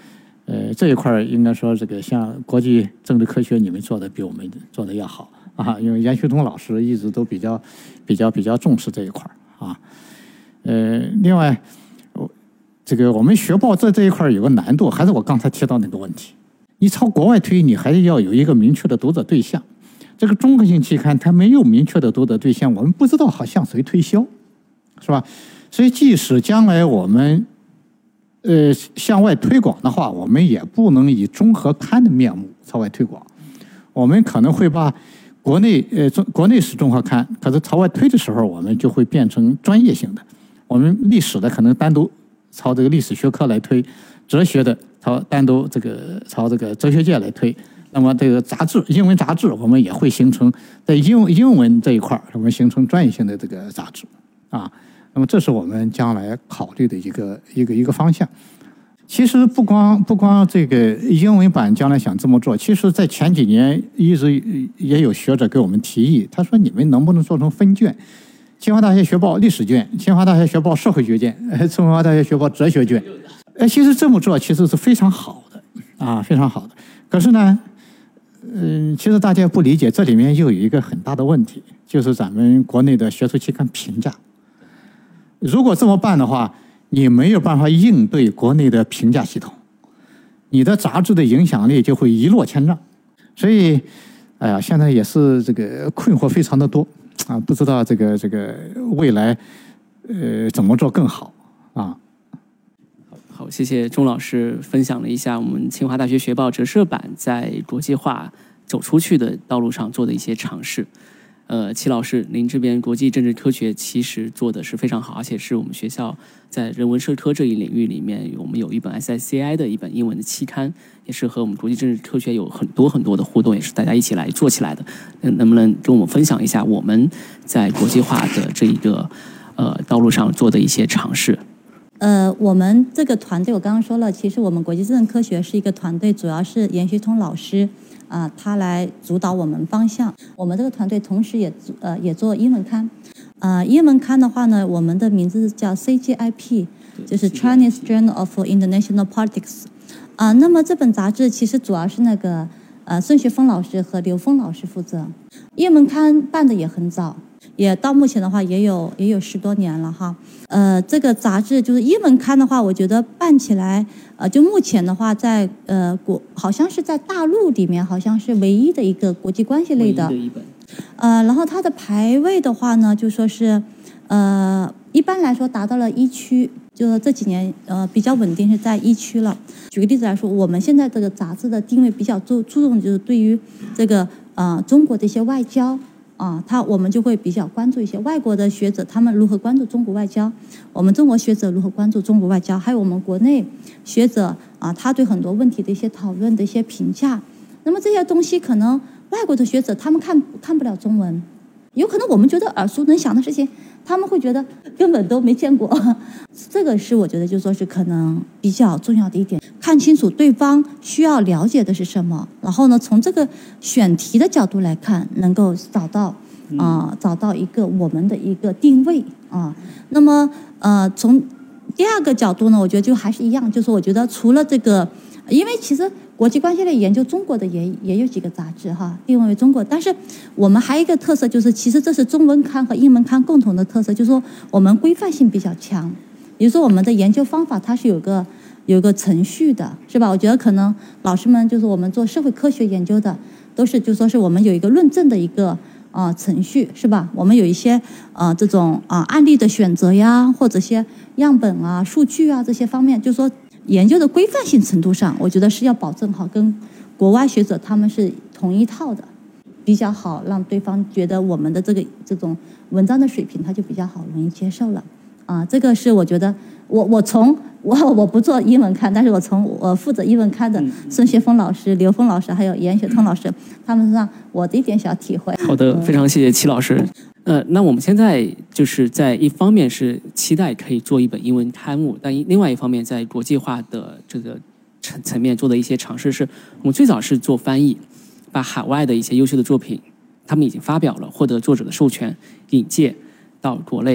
呃，这一块应该说这个像国际政治科学你们做的比我们做的要好啊，因为严学通老师一直都比较比较比较重视这一块啊。呃，另外，这个我们学报在这一块有个难度，还是我刚才提到那个问题，你朝国外推，你还是要有一个明确的读者对象。这个综合性期刊它没有明确的读者对象，我们不知道好向谁推销，是吧？所以即使将来我们呃向外推广的话，我们也不能以综合刊的面目朝外推广，我们可能会把国内呃国内是综合刊，可是朝外推的时候，我们就会变成专业性的。我们历史的可能单独朝这个历史学科来推，哲学的朝单独这个朝这个哲学界来推。那么这个杂志，英文杂志，我们也会形成在英英文这一块，我们形成专业性的这个杂志啊。那么这是我们将来考虑的一个一个一个方向。其实不光不光这个英文版将来想这么做，其实在前几年一直也有学者给我们提议，他说你们能不能做成分卷？清华大学学报历史卷，清华大学学报社会学卷，清华大学学报哲学卷。哎，其实这么做其实是非常好的啊，非常好的。可是呢，嗯，其实大家不理解，这里面又有一个很大的问题，就是咱们国内的学术期刊评价。如果这么办的话，你没有办法应对国内的评价系统，你的杂志的影响力就会一落千丈。所以，哎呀，现在也是这个困惑非常的多啊，不知道这个这个未来呃怎么做更好啊。 好，谢谢钟老师分享了一下我们清华大学学报折射版在国际化走出去的道路上做的一些尝试。呃，齐老师，您这边国际政治科学其实做的是非常好，而且是我们学校在人文社科这一领域里面，我们有一本 S I C I 的一本英文的期刊，也是和我们国际政治科学有很多很多的互动，也是大家一起来做起来的。嗯，能不能跟我们分享一下我们在国际化的这一个呃道路上做的一些尝试？ 呃，我们这个团队，我刚刚说了，其实我们国际政治科学是一个团队，主要是严学通老师啊、呃，他来主导我们方向。我们这个团队同时也呃也做英文刊，呃，英文刊的话呢，我们的名字叫 C G I P， 就是 Chinese Journal of International Politics。啊、呃，那么这本杂志其实主要是那个呃孙学峰老师和刘峰老师负责。英文刊办的也很早。也到目前的话也有也有十多年了哈，呃，这个杂志就是英文刊的话，我觉得办起来，呃，就目前的话在呃国好像是在大陆里面好像是唯一的一个国际关系类的， 唯一的一本， 呃，然后它的排位的话呢，就说是，呃，一般来说达到了一区，就这几年呃比较稳定是在一区了。举个例子来说，我们现在这个杂志的定位比较注注重就是对于这个呃中国的一些外交。啊，他我们就会比较关注一些外国的学者，他们如何关注中国外交，我们中国学者如何关注中国外交，还有我们国内学者啊，他对很多问题的一些讨论的一些评价。那么这些东西可能外国的学者他们看看不了中文，有可能我们觉得耳熟能详的事情，他们会觉得根本都没见过。这个是我觉得就说是可能比较重要的一点，看清楚对方需要了解的是什么，然后呢，从这个选题的角度来看，能够找到啊、呃，找到一个我们的一个定位啊。那么呃，从第二个角度呢，我觉得就还是一样，就是我觉得除了这个，因为其实国际关系类研究中国的也也有几个杂志哈，定位为中国，但是我们还有一个特色就是，其实这是中文刊和英文刊共同的特色，就是说我们规范性比较强。比如说我们的研究方法它是有个有个程序的，是吧？我觉得可能老师们就是我们做社会科学研究的，都是就说是我们有一个论证的一个啊、呃、程序，是吧？我们有一些啊、呃、这种啊、呃、案例的选择呀，或者些样本啊、数据啊这些方面，就是说研究的规范性程度上，我觉得是要保证好跟国外学者他们是同一套的，比较好让对方觉得我们的这个这种文章的水平他就比较好容易接受了。啊，这个是我觉得我我从我我不做英文刊，但是我从我负责英文刊的孙学峰老师、刘峰老师还有严学通老师他们身上我的一点小体会。 好的，非常谢谢齐老师。呃，那我们现在就是在一方面是期待可以做一本英文刊物，但另外一方面在国际化的这个层层面做的一些尝试是，我们最早是做翻译，把海外的一些优秀的作品，他们已经发表了，获得作者的授权，引介到国内。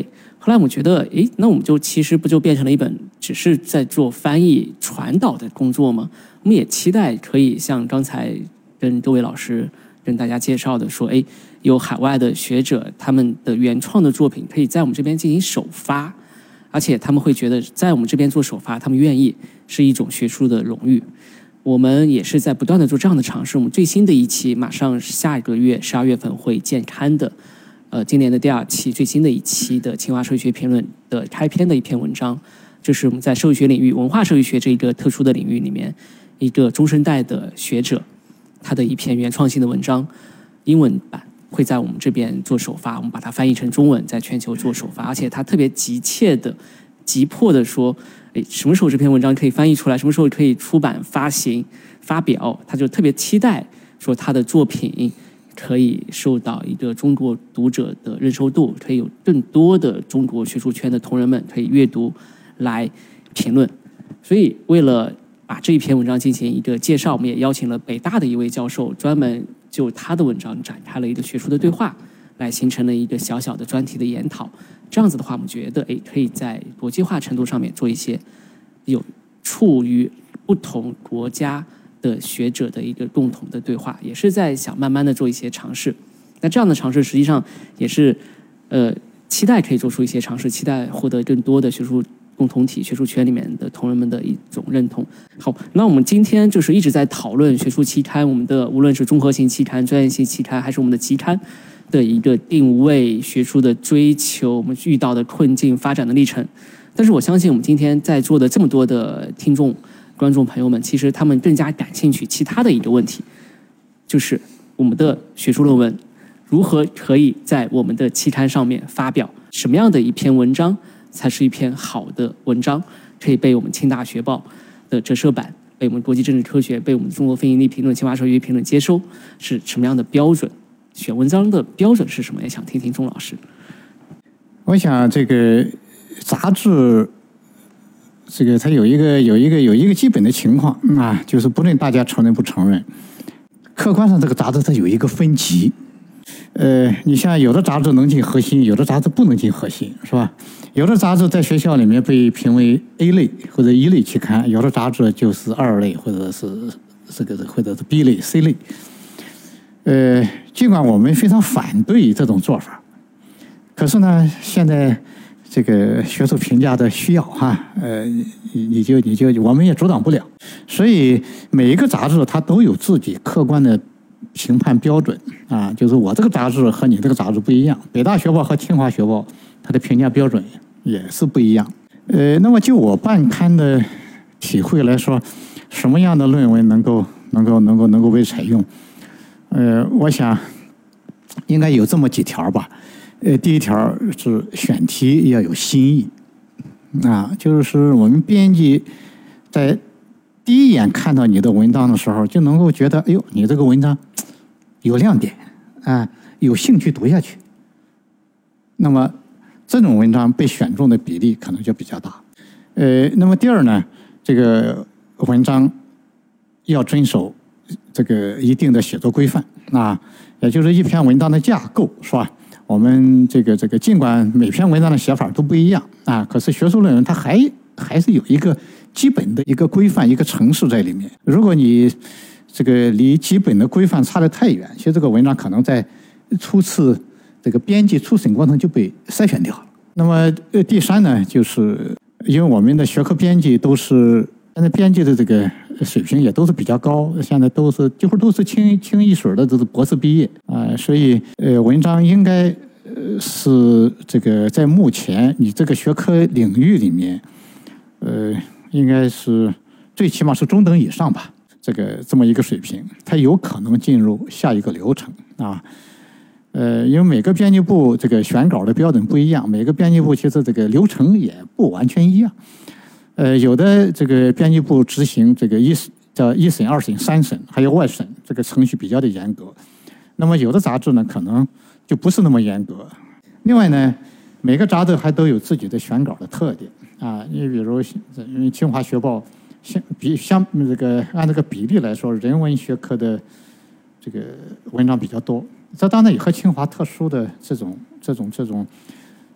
后来我们觉得，诶，那我们就其实不就变成了一本只是在做翻译传导的工作吗？我们也期待可以像刚才跟各位老师跟大家介绍的说，诶，有海外的学者他们的原创的作品可以在我们这边进行首发，而且他们会觉得在我们这边做首发，他们愿意，是一种学术的荣誉。我们也是在不断的做这样的尝试。我们最新的一期马上下一个月十二月份会见刊的，呃，今年的第二期最新的一期的清华社会学评论的开篇的一篇文章，就是我们在社会学领域、文化社会学这一个特殊的领域里面，一个中生代的学者他的一篇原创性的文章，英文版会在我们这边做首发，我们把它翻译成中文，在全球做首发，而且他特别急切的、急迫的说，诶，什么时候这篇文章可以翻译出来，什么时候可以出版、发行、发表，他就特别期待说他的作品可以受到一个中国读者的认受度，可以有更多的中国学术圈的同仁们可以阅读来评论。所以为了把这一篇文章进行一个介绍，我们也邀请了北大的一位教授，专门就他的文章展开了一个学术的对话，来形成了一个小小的专题的研讨。这样子的话，我们觉得诶，可以在国际化程度上面做一些有处于不同国家的学者的一个共同的对话，也是在想慢慢的做一些尝试。那这样的尝试实际上也是呃期待可以做出一些尝试，期待获得更多的学术共同体、学术圈里面的同仁们的一种认同。好，那我们今天就是一直在讨论学术期刊，我们的无论是综合性期刊、专业性期刊，还是我们的期刊的一个定位、学术的追求，我们遇到的困境、发展的历程。但是我相信我们今天在座的这么多的听众、观众朋友们，其实他们更加感兴趣其他的一个问题，就是我们的学术论文如何可以在我们的期刊上面发表，什么样的一篇文章才是一篇好的文章，可以被我们清大学报的折射版、被我们国际政治科学、被我们中国非营利评论、清华社会学评论接收，是什么样的标准？选文章的标准是什么？也想听听钟老师。 我想这个杂志，这个它有一个有一个有一个基本的情况啊，就是不论大家承认不承认，客观上这个杂志它有一个分级。呃，你像有的杂志能进核心，有的杂志不能进核心，是吧？有的杂志在学校里面被评为 A 类或者一类期刊，有的杂志就是二类或者是这个或者是 B 类、C 类。呃，尽管我们非常反对这种做法，可是呢，现在这个学术评价的需要哈，呃，你就你就我们也阻挡不了，所以每一个杂志它都有自己客观的评判标准啊，就是我这个杂志和你这个杂志不一样，北大学报和清华学报它的评价标准也是不一样。呃，那么就我办刊的体会来说，什么样的论文能够能够能够能够被采用？呃，我想应该有这么几条吧。呃，第一条是选题要有新意啊，就是我们编辑在第一眼看到你的文章的时候，就能够觉得，哎呦，你这个文章有亮点啊，有兴趣读下去。那么这种文章被选中的比例可能就比较大。呃，那么第二呢，这个文章要遵守这个一定的写作规范啊，也就是一篇文章的架构，是吧？我们这个这个尽管每篇文章的写法都不一样啊，可是学术论文它还还是有一个基本的一个规范、一个程式在里面。如果你这个离基本的规范差得太远，其实这个文章可能在初次这个编辑初审过程就被筛选掉了。那么呃，第三呢，就是因为我们的学科编辑都是现在编辑的这个水平也都是比较高，现在都是几乎都是清清一水的，都是博士毕业啊、呃，所以呃，文章应该呃是这个在目前你这个学科领域里面，呃，应该是最起码是中等以上吧，这个这么一个水平，它有可能进入下一个流程啊。呃，因为每个编辑部这个选稿的标准不一样，每个编辑部其实这个流程也不完全一样。呃，有的这个编辑部执行这个一叫一审、二审、三审，还有外审，这个程序比较的严格。那么有的杂志呢，可能就不是那么严格。另外呢，每个杂志还都有自己的选稿的特点啊。你比如，因为清华学报相比相这个按这个比例来说，人文学科的这个文章比较多。这当然也和清华特殊的这种这种这种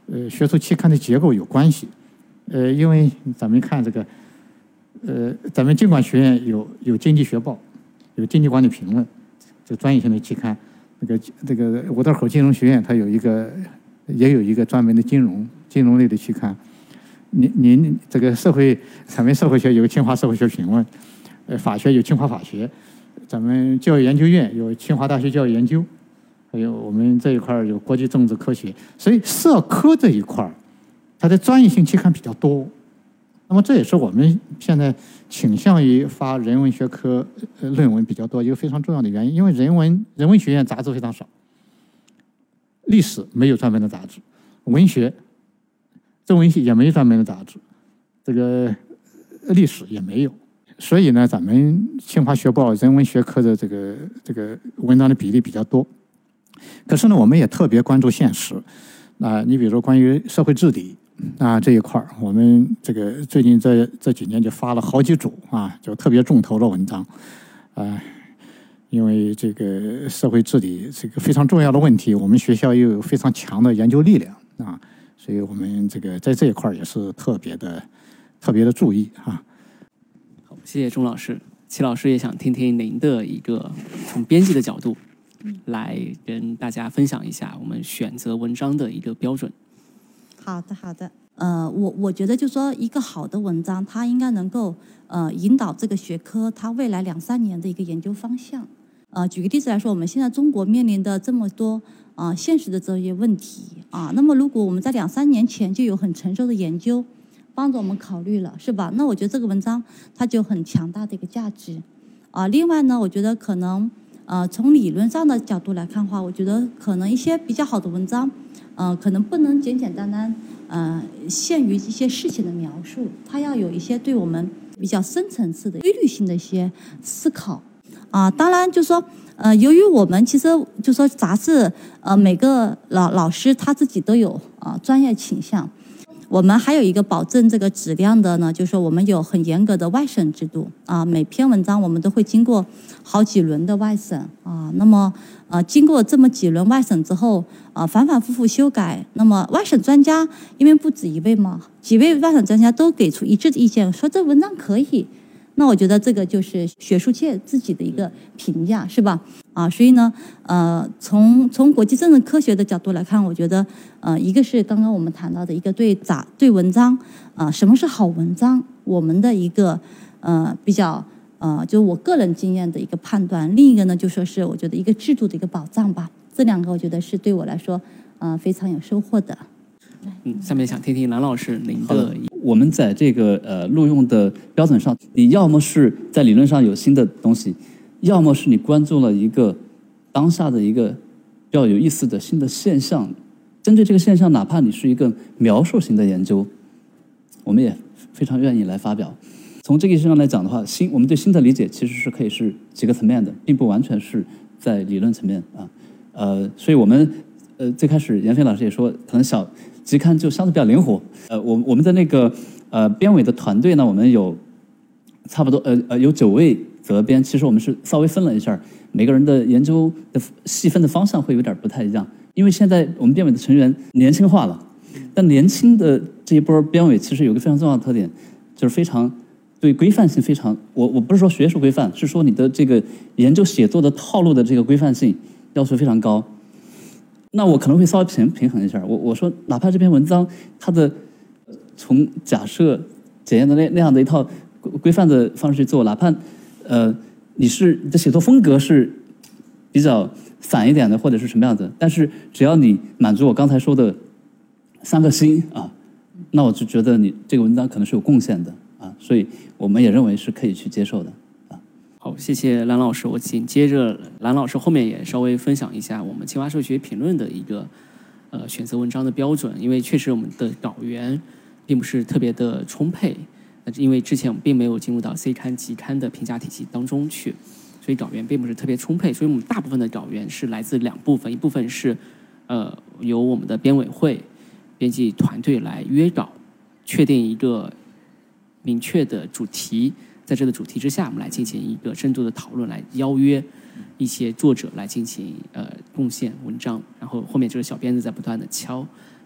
呃学术期刊的结构有关系。呃，因为咱们看这个，呃，咱们经管学院有有经济学报，有经济管理评论，这专业性的期刊。那个这个五道口金融学院它有一个，也有一个专门的金融金融类的期刊。您您这个社会，咱们社会学有个清华社会学评论，呃，法学有清华法学，咱们教育研究院有清华大学教育研究，还有我们这一块有国际政治科学，所以社科这一块它的专业性期刊比较多。那么这也是我们现在倾向于发人文学科论文比较多一个非常重要的原因，因为人文人文学院杂志非常少，历史没有专门的杂志，文学。中文系也没专门的杂志，这个历史也没有，所以呢，咱们清华学报人文学科的这个这个文章的比例比较多。可是呢，我们也特别关注现实。啊，你比如说关于社会治理啊这一块我们这个最近这这几年就发了好几组啊，就特别重头的文章，啊，因为这个社会治理这个非常重要的问题，我们学校又有非常强的研究力量啊。所以我们这个在这一块也是特别的、特别的注意啊。 好，谢谢钟老师。齐老师也想听听您的一个从编辑的角度来跟大家分享一下我们选择文章的一个标准。 好的，好的。呃，我我觉得就说一个好的文章，它应该能够呃引导这个学科它未来两三年的一个研究方向。呃，举个例子来说，我们现在中国面临的这么多啊、呃、现实的这些问题啊，那么如果我们在两三年前就有很成熟的研究帮着我们考虑了，是吧？那我觉得这个文章它就很强大的一个价值啊。另外呢，我觉得可能呃从理论上的角度来看的话，我觉得可能一些比较好的文章，呃，可能不能简简单单呃限于一些事情的描述，它要有一些对我们比较深层次的规律性的一些思考。啊，当然就是说，呃，由于我们其实就说杂志，呃，每个老老师他自己都有啊、呃、专业倾向，我们还有一个保证这个质量的呢，就是说我们有很严格的外审制度啊，每篇文章我们都会经过好几轮的外审啊，那么呃，经过这么几轮外审之后啊，反反复复修改，那么外审专家因为不止一位嘛，几位外审专家都给出一致的意见，说这文章可以。那我觉得这个就是学术界自己的一个评价，是吧？啊，所以呢，呃，从从国际政治科学的角度来看，我觉得，呃，一个是刚刚我们谈到的一个对杂对文章，啊、呃，什么是好文章，我们的一个呃比较呃，就我个人经验的一个判断；另一个呢，就说是我觉得一个制度的一个保障吧。这两个我觉得是对我来说，呃，非常有收获的。 嗯，下面想听听蓝老师您的。 我们在这个呃录用的标准上，你要么是在理论上有新的东西，要么是你关注了一个当下的一个比较有意思的新的现象。针对这个现象，哪怕你是一个描述型的研究，我们也非常愿意来发表。从这个意义上来讲的话，新我们对新的理解其实是可以是几个层面的，并不完全是在理论层面啊。呃，所以我们呃最开始闫飞老师也说，可能小期刊就相对比较灵活。呃，我我们的那个呃编委的团队呢，我们有差不多呃呃有九位责编，其实我们是稍微分了一下，每个人的研究的细分的方向会有点不太一样，因为现在我们编委的成员年轻化了，但年轻的这一波编委其实有个非常重要的特点，就是非常对规范性非常，我我不是说学术规范，是说你的这个研究写作的套路的这个规范性要求非常高。那我可能会稍微平平衡一下，我我说哪怕这篇文章它的从假设检验的那那样的一套规范的方式去做，哪怕呃你是你的写作风格是比较散一点的或者是什么样的，但是只要你满足我刚才说的三个星啊，那我就觉得你这个文章可能是有贡献的啊，所以我们也认为是可以去接受的。 好，谢谢蓝老师。我紧接着蓝老师后面也稍微分享一下我们清华社会学评论的一个呃选择文章的标准，因为确实我们的稿源并不是特别的充沛，因为之前我们并没有进入到 C 刊、集刊的评价体系当中去，所以稿源并不是特别充沛。所以我们大部分的稿源是来自两部分，一部分是呃由我们的编委会、编辑团队来约稿，确定一个明确的主题。在这个主题之下，我们来进行一个深度的讨论，来邀约一些作者来进行呃贡献文章，然后后面这个小编子在不断的敲，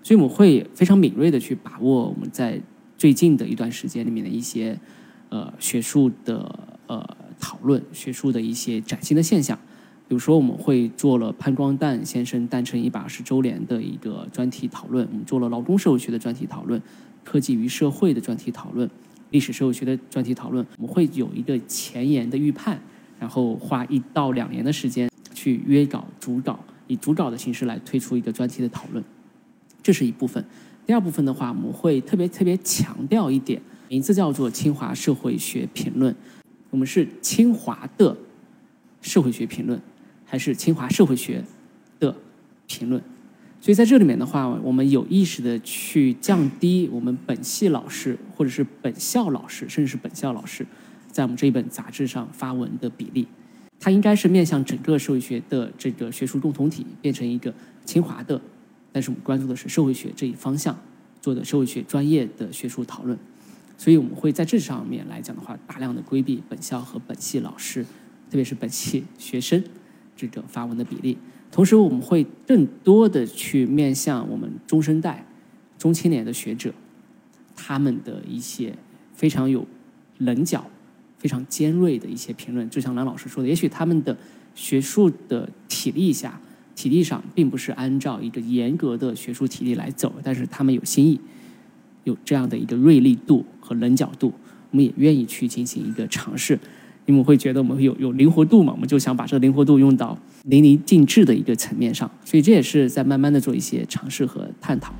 所以我们会非常敏锐的去把握我们在最近的一段时间里面的一些呃学术的呃讨论、学术的一些崭新的现象。比如说，我们会做了潘光旦先生诞辰一百二十周年的一个专题讨论，我们做了劳动社会学的专题讨论，科技与社会的专题讨论，历史社会学的专题讨论。我们会有一个前沿的预判，然后花一到两年的时间去约稿、主稿，以主稿的形式来推出一个专题的讨论，这是一部分。第二部分的话，我们会特别特别强调一点，名字叫做清华社会学评论。我们是清华的社会学评论，还是清华社会学的评论？所以在这里面的话，我们有意识的去降低我们本系老师或者是本校老师，甚至是本校老师在我们这一本杂志上发文的比例。它应该是面向整个社会学的这个学术共同体，变成一个清华的，但是我们关注的是社会学这一方向做的社会学专业的学术讨论。所以我们会在这上面来讲的话，大量的规避本校和本系老师，特别是本系学生这个发文的比例。同时我们会更多的去面向我们中生代、中青年的学者，他们的一些非常有棱角、非常尖锐的一些评论。就像蓝老师说的，也许他们的学术的体力下、体力上并不是按照一个严格的学术体力来走，但是他们有新意，有这样的一个锐利度和棱角度，我们也愿意去进行一个尝试。因为我会觉得我们有有灵活度嘛，我们就想把这个灵活度用到淋漓尽致的一个层面上，所以这也是在慢慢的做一些尝试和探讨。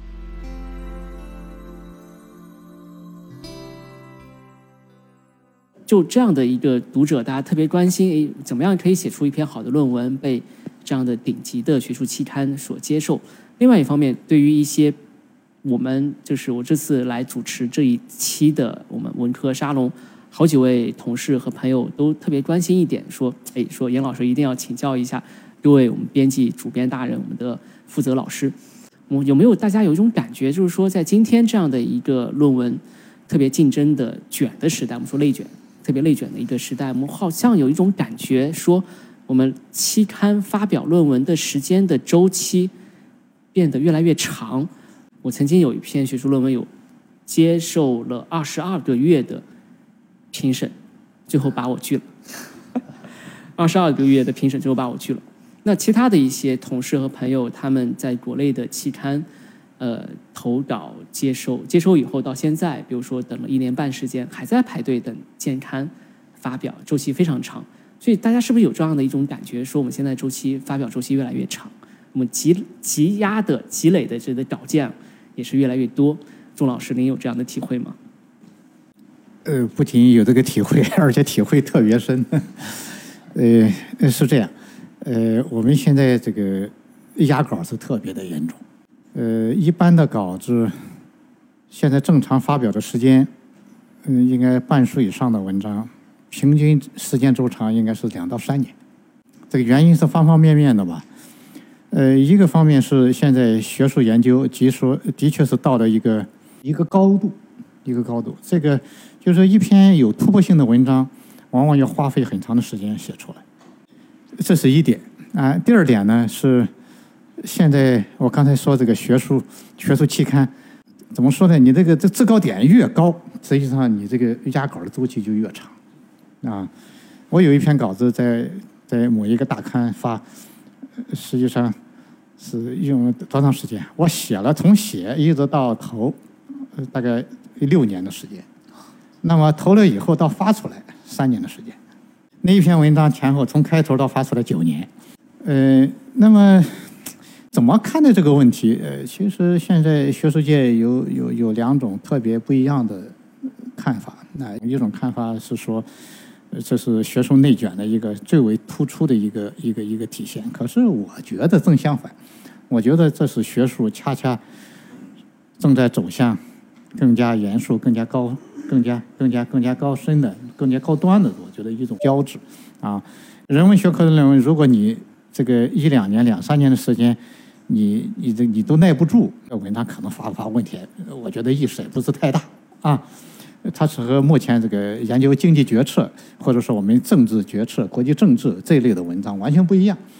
就这样的一个读者，大家特别关心怎么样可以写出一篇好的论文，被这样的顶级的学术期刊所接受。另外一方面，对于一些我们就是我这次来主持这一期的我们文科沙龙，好几位同事和朋友都特别关心一点，说，哎，说严老师一定要请教一下各位我们编辑主编大人，我们的负责老师，我们有没有大家有一种感觉，就是说在今天这样的一个论文特别竞争的卷的时代，我们说类卷，特别类卷的一个时代，我们好像有一种感觉，说我们期刊发表论文的时间的周期变得越来越长。我曾经有一篇学术论文有接受了二十二个月的评审，最后把我拒了。二十二个月的评审，最后把我拒了。那其他的一些同事和朋友，他们在国内的期刊，呃，投稿接收，接收以后到现在，比如说等了一年半时间，还在排队等建刊发表，周期非常长。所以大家是不是有这样的一种感觉，说我们现在周期发表周期越来越长，我们积积压的积累的这个稿件也是越来越多？钟老师，您有这样的体会吗？ 呃，不仅有这个体会，而且体会特别深。呃，是这样，呃，我们现在这个压稿是特别的严重。呃，一般的稿子，现在正常发表的时间，嗯，应该半数以上的文章，平均时间周长应该是两到三年。这个原因是方方面面的吧。呃，一个方面是现在学术研究技术的确是到了一个一个高度，一个高度，这个。就是一篇有突破性的文章，往往要花费很长的时间写出来，这是一点啊。第二点呢是，现在我刚才说这个学术学术期刊，怎么说呢？你这个这制高点越高，实际上你这个压稿的周期就越长啊。我有一篇稿子在在某一个大刊发，实际上是用了多长时间？我写了从写一直到投，大概六年的时间。那么投了以后到发出来三年的时间，那一篇文章前后从开头到发出来九年。呃，那么怎么看待这个问题？呃，其实现在学术界有有有两种特别不一样的看法。那一种看法是说，这是学术内卷的一个最为突出的一个一个一个体现。可是我觉得正相反，我觉得这是学术恰恰正在走向更加严肃、更加高。更加更加更加高深的、更加高端的，我觉得一种标志啊。人文学科的论文，如果你这个一两年、两三年的时间，你你这你都耐不住，文章可能发不发问题，我觉得意识也不是太大啊。它是和目前这个研究经济决策，或者说我们政治决策、国际政治这一类的文章完全不一样。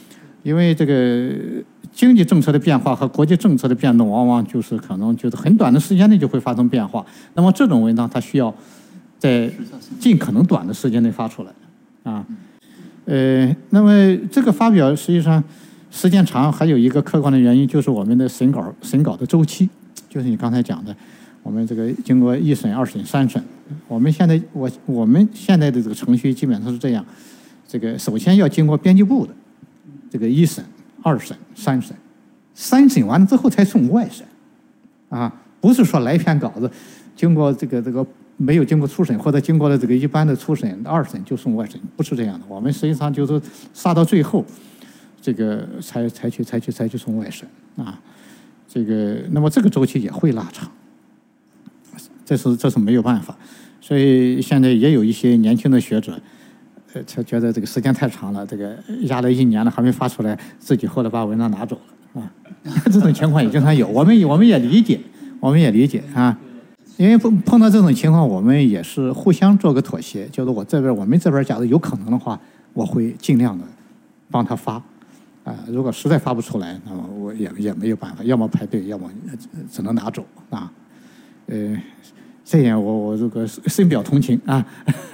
因为这个经济政策的变化和国际政策的变动，往往就是可能就是很短的时间内就会发生变化。那么这种文章它需要在尽可能短的时间内发出来啊。呃，那么这个发表实际上时间长，还有一个客观的原因，就是我们的审稿审稿的周期，就是你刚才讲的，我们这个经过一审、二审、三审，我们现在我我们现在的这个程序基本上是这样，这个首先要经过编辑部的这个一审、二审、三审，三审完了之后才送外审，啊，不是说来一篇稿子，经过这个这个。没有经过初审或者经过了这个一般的初审、二审就送外审，不是这样的。我们实际上就是杀到最后，这个才才去才去才去送外审啊。这个那么这个周期也会拉长，这是这是没有办法。所以现在也有一些年轻的学者，呃，他觉得这个时间太长了，这个压了一年了还没发出来，自己后来把文章拿走了啊。这种情况也经常有，我们我们也理解，我们也理解啊。因为碰碰到这种情况，我们也是互相做个妥协，就是我这边我们这边假如有可能的话，我会尽量的帮他发，啊、呃，如果实在发不出来，那么我也也没有办法，要么排队，要么只能拿走啊，呃，这样我我这个深表同情啊。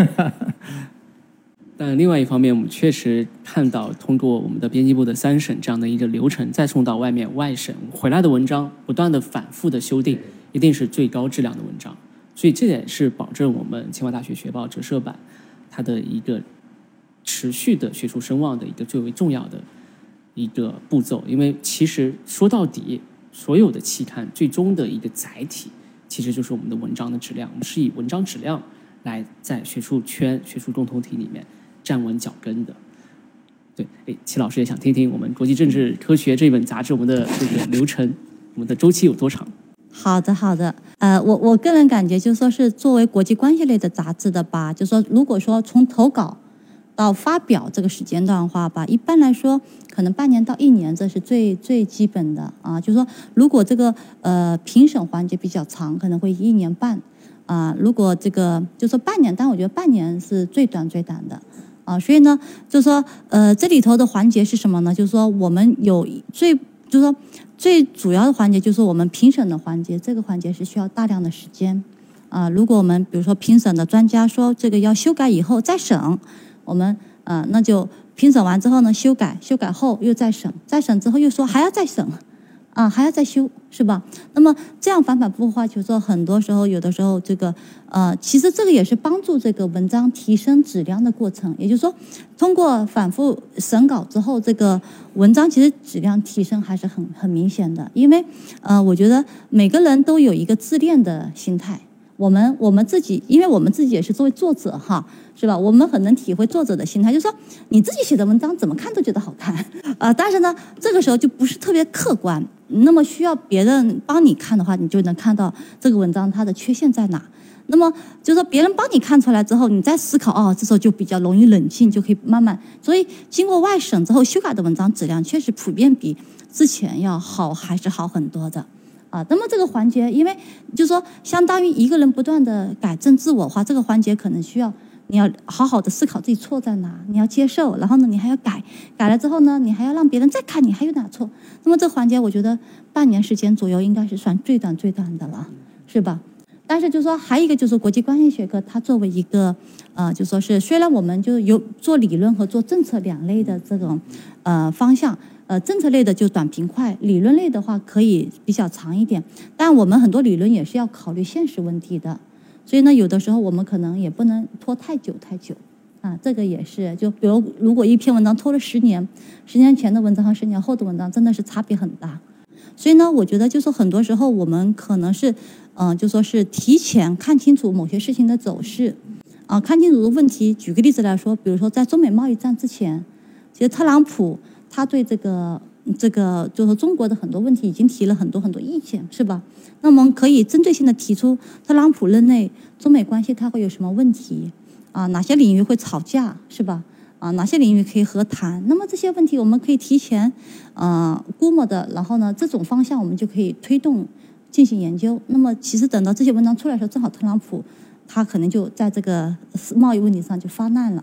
但另外一方面，我们确实看到，通过我们的编辑部的三审这样的一个流程，再送到外面外审回来的文章，不断的反复的修订。一定是最高质量的文章，所以这也是保证我们清华大学学报折射版它的一个持续的学术声望的一个最为重要的一个步骤。因为其实说到底，所有的期刊最终的一个载体其实就是我们的文章的质量，我们是以文章质量来在学术圈、学术共同体里面站稳脚跟的。对，哎，齐老师也想听听我们国际政治科学这本杂志我们的这个流程，我们的周期有多长？ 好的，好的，呃，我我个人感觉就是说是作为国际关系类的杂志的吧，就是说如果说从投稿到发表这个时间段的话吧，一般来说可能半年到一年，这是最最基本的啊。就是说如果这个呃评审环节比较长，可能会一年半啊。如果这个就是说半年，但我觉得半年是最短最短的啊。所以呢，就是说呃这里头的环节是什么呢？就是说我们有最就是说。最主要的环节就是我们评审的环节，这个环节是需要大量的时间啊、呃。如果我们比如说评审的专家说这个要修改以后再审，我们呃那就评审完之后呢修改，修改后又再审，再审之后又说还要再审啊，还要再修，是吧？那么这样反反复复的话，就是说很多时候有的时候这个呃，其实这个也是帮助这个文章提升质量的过程。也就是说，通过反复审稿之后，这个文章其实质量提升还是很很明显的。因为呃，我觉得每个人都有一个自恋的心态。我们我们自己，因为我们自己也是作为作者哈，是吧？我们很能体会作者的心态，就是说你自己写的文章怎么看都觉得好看啊、呃，但是呢，这个时候就不是特别客观。那么需要别人帮你看的话，你就能看到这个文章它的缺陷在哪。那么就是说别人帮你看出来之后，你再思考哦，这时候就比较容易冷静，就可以慢慢。所以经过外审之后修改的文章质量确实普遍比之前要好，还是好很多的。啊，那么这个环节，因为就是说，相当于一个人不断的改正自我的话，这个环节可能需要你要好好的思考自己错在哪，你要接受，然后呢，你还要改，改了之后呢，你还要让别人再看你还有哪错。那么这个环节，我觉得半年时间左右应该是算最短最短的了，是吧？但是就是说，还有一个就是国际关系学科，它作为一个呃，就说是虽然我们就有做理论和做政策两类的这种呃方向。呃，政策类的就短平快，理论类的话可以比较长一点。但我们很多理论也是要考虑现实问题的，所以呢，有的时候我们可能也不能拖太久太久啊。这个也是，就比如如果一篇文章拖了十年，十年前的文章和十年后的文章真的是差别很大。所以呢，我觉得就是很多时候我们可能是，嗯、呃，就说是提前看清楚某些事情的走势，啊、呃，看清楚的问题。举个例子来说，比如说在中美贸易战之前，其实特朗普。他对这个这个就是中国的很多问题已经提了很多很多意见，是吧？那我们可以针对性的提出特朗普任内中美关系它会有什么问题啊？哪些领域会吵架，是吧？啊，哪些领域可以和谈？那么这些问题我们可以提前呃估摸的，然后呢，这种方向我们就可以推动进行研究。那么其实等到这些文章出来的时候，正好特朗普他可能就在这个贸易问题上就发难了。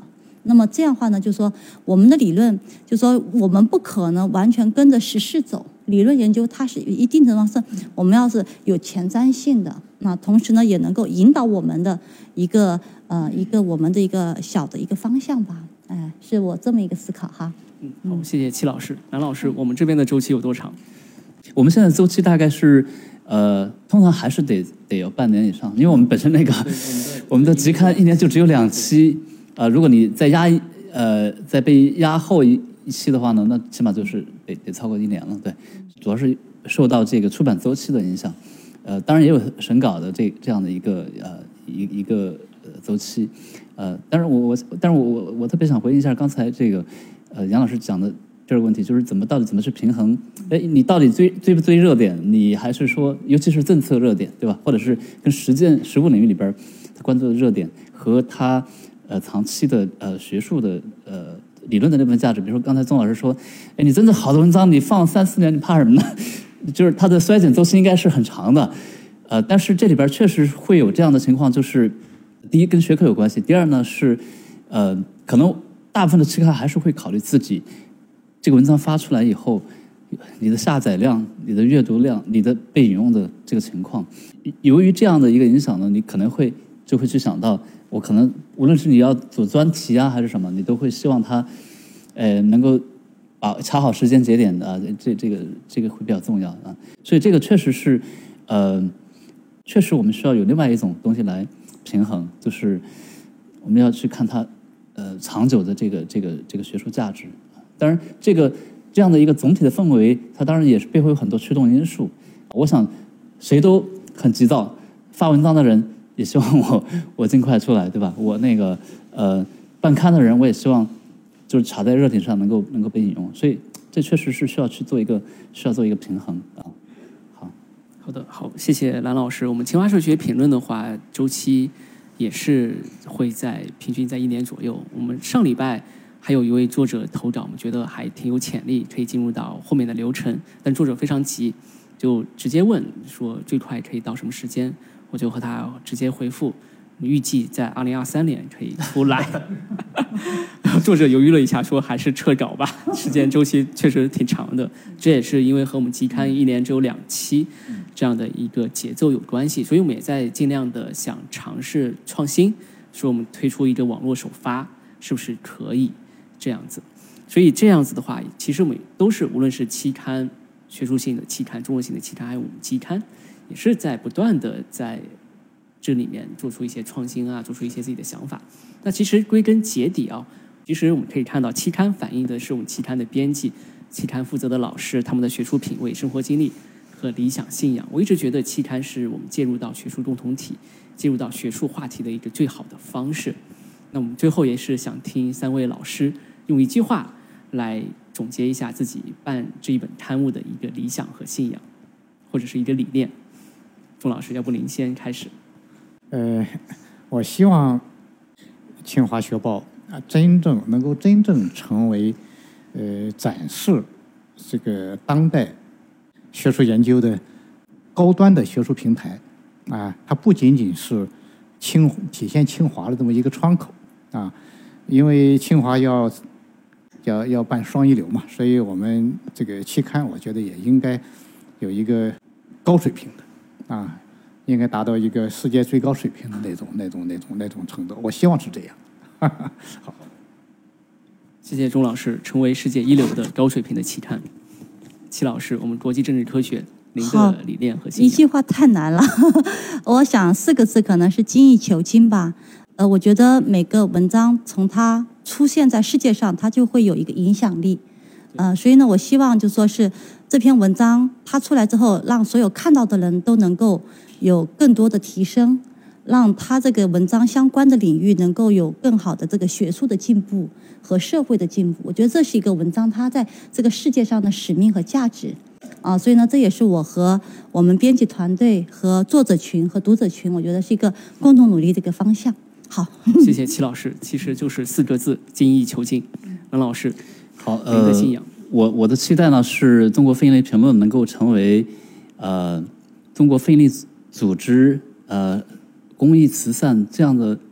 那么这样的话呢，就是说我们的理论，就是说我们不可能完全跟着时事走。理论研究它是一定程度上是我们要是有前瞻性的，那同时呢也能够引导我们的一个呃一个我们的一个小的一个方向吧。哎，是我这么一个思考哈。 嗯，好，谢谢戚老师。蓝老师，我们这边的周期有多长？ 我们现在周期大概是。呃，通常还是得得有半年以上，因为我们本身那个我们的集刊一年就只有两期，呃，如果你再压呃再被压后一一期的话呢，那起码就是得得超过一年了。对，主要是受到这个出版周期的影响，呃，当然也有审稿的这这样的一个呃一一个呃周期，呃，但是我我但是我我我特别想回应一下刚才这个呃杨老师讲的。这个问题就是怎么到底怎么去平衡？哎，你到底追追不追热点？你还是说，尤其是政策热点，对吧？或者是跟实践实务领域里边他关注的热点和他呃长期的呃学术的呃理论的那部分价值。比如说刚才宗老师说，哎，你真的好的文章，你放三四年，你怕什么呢？就是它的衰减周期应该是很长的，呃，但是这里边确实会有这样的情况，就是第一跟学科有关系，第二呢是呃可能大部分的期刊还是会考虑自己。这个文章发出来以后，你的下载量、你的阅读量、你的被引用的这个情况，由于这样的一个影响呢，你可能会就会去想到，我可能无论是你要做专题啊，还是什么，你都会希望它，呃，能够把查好时间节点的、啊，这这个这个会比较重要啊。所以这个确实是，呃，确实我们需要有另外一种东西来平衡，就是我们要去看它，呃，长久的这个这个这个学术价值。当然，这个这样的一个总体的氛围，它当然也是背后有很多驱动因素。我想，谁都很急躁，发文章的人也希望我我尽快出来，对吧？我那个呃办刊的人，我也希望就是卡在热点上能够能够被引用。所以这确实是需要去做一个需要做一个平衡啊。好， 好的，好，谢谢蓝老师。我们清华社学评论的话，周期也是会在平均在一年左右。我们上礼拜。还有一位作者投稿，我们觉得还挺有潜力，可以进入到后面的流程。但作者非常急，就直接问说最快可以到什么时间？我就和他直接回复，预计在二零二三年可以出来。作者犹豫了一下，说还是撤稿吧，时间周期确实挺长的。这也是因为和我们期刊一年只有两期这样的一个节奏有关系，所以我们也在尽量的想尝试创新，说我们推出一个网络首发，是不是可以？这样子，所以这样子的话，其实我们都是无论是期刊、学术性的期刊、中文性的期刊，还有我们期刊，也是在不断的在这里面做出一些创新啊，做出一些自己的想法。那其实归根结底啊，其实我们可以看到，期刊反映的是我们期刊的编辑、期刊负责的老师他们的学术品味、生活经历和理想信仰。我一直觉得期刊是我们介入到学术共同体、介入到学术话题的一个最好的方式。那我们最后也是想听三位老师用一句话来总结一下自己办这一本刊物的一个理想和信仰，或者是一个理念。钟老师，要不您先开始？ 呃，我希望清华学报啊，真正能够真正成为呃展示这个当代学术研究的高端的学术平台啊，它不仅仅是清体现清华的这么一个窗口啊，因为清华要要要办双一流嘛，所以我们这个期刊我觉得也应该有一个高水平的啊，应该达到一个世界最高水平的那种那种那种那种程度。我希望是这样。好， 谢谢钟老师，成为世界一流的高水平的期刊。戚老师，我们国际政治科学，您的理念和信仰。 一句话太难了，我想四个字可能是精益求精吧。呃，我觉得每个文章从它出现在世界上，它就会有一个影响力。呃，所以呢，我希望就说是这篇文章它出来之后，让所有看到的人都能够有更多的提升，让它这个文章相关的领域能够有更好的这个学术的进步和社会的进步。我觉得这是一个文章它在这个世界上的使命和价值。啊，所以呢，这也是我和我们编辑团队和作者群和读者群，我觉得是一个共同努力的一个方向。好， 谢谢戚老师，其实就是四个字：精益求精。任老师， 好， 您的信仰。 呃、我我的期待呢是中国非营利评论能够成为呃中国非营利组织呃公益慈善这样的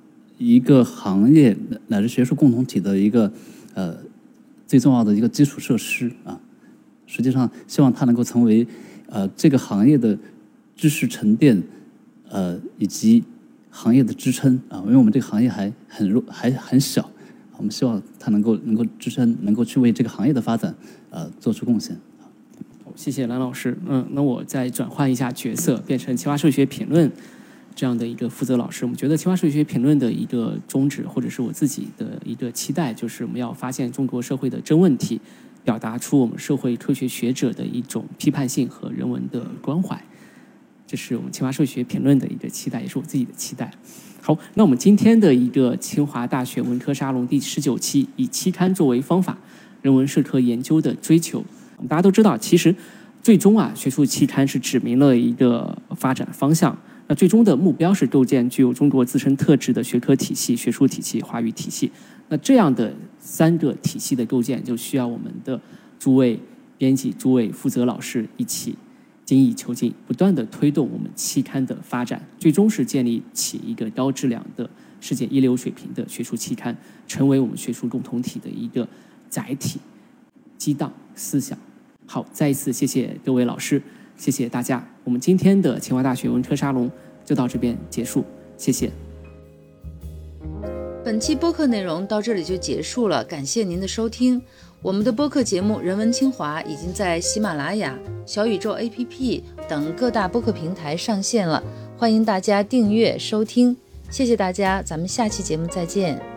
一个行业乃至学术共同体的一个呃最重要的一个基础设施啊。实际上，希望它能够成为呃这个行业的知识沉淀，呃以及行业的支撑啊。因为我们这个行业还很弱，还很小，我们希望它能够能够支撑，能够去为这个行业的发展呃做出贡献。 谢谢蓝老师。嗯，那我再转换一下角色，变成清华社会学评论这样的一个负责老师。我们觉得清华社会学评论的一个宗旨，或者是我自己的一个期待，就是我们要发现中国社会的真问题，表达出我们社会科学学者的一种批判性和人文的关怀。这是我们清华社会学评论的一个期待，也是我自己的期待。好，那我们今天的一个清华大学文科沙龙第十九期，以期刊作为方法，人文社科研究的追求。大家都知道，其实最终啊，学术期刊是指明了一个发展方向。那最终的目标是构建具有中国自身特质的学科体系、学术体系、话语体系。那这样的三个体系的构建，就需要我们的诸位编辑、诸位负责老师一起精益求精，不断地推动我们期刊的发展，最终是建立起一个高质量的世界一流水平的学术期刊，成为我们学术共同体的一个载体、激荡思想。好，再一次谢谢各位老师，谢谢大家。我们今天的清华大学文科沙龙就到这边结束，谢谢。 本期播客内容到这里就结束了，感谢您的收听。我们的播客节目《人文清华》已经在喜马拉雅、小宇宙 A P P 等各大播客平台上线了，欢迎大家订阅收听。谢谢大家，咱们下期节目再见。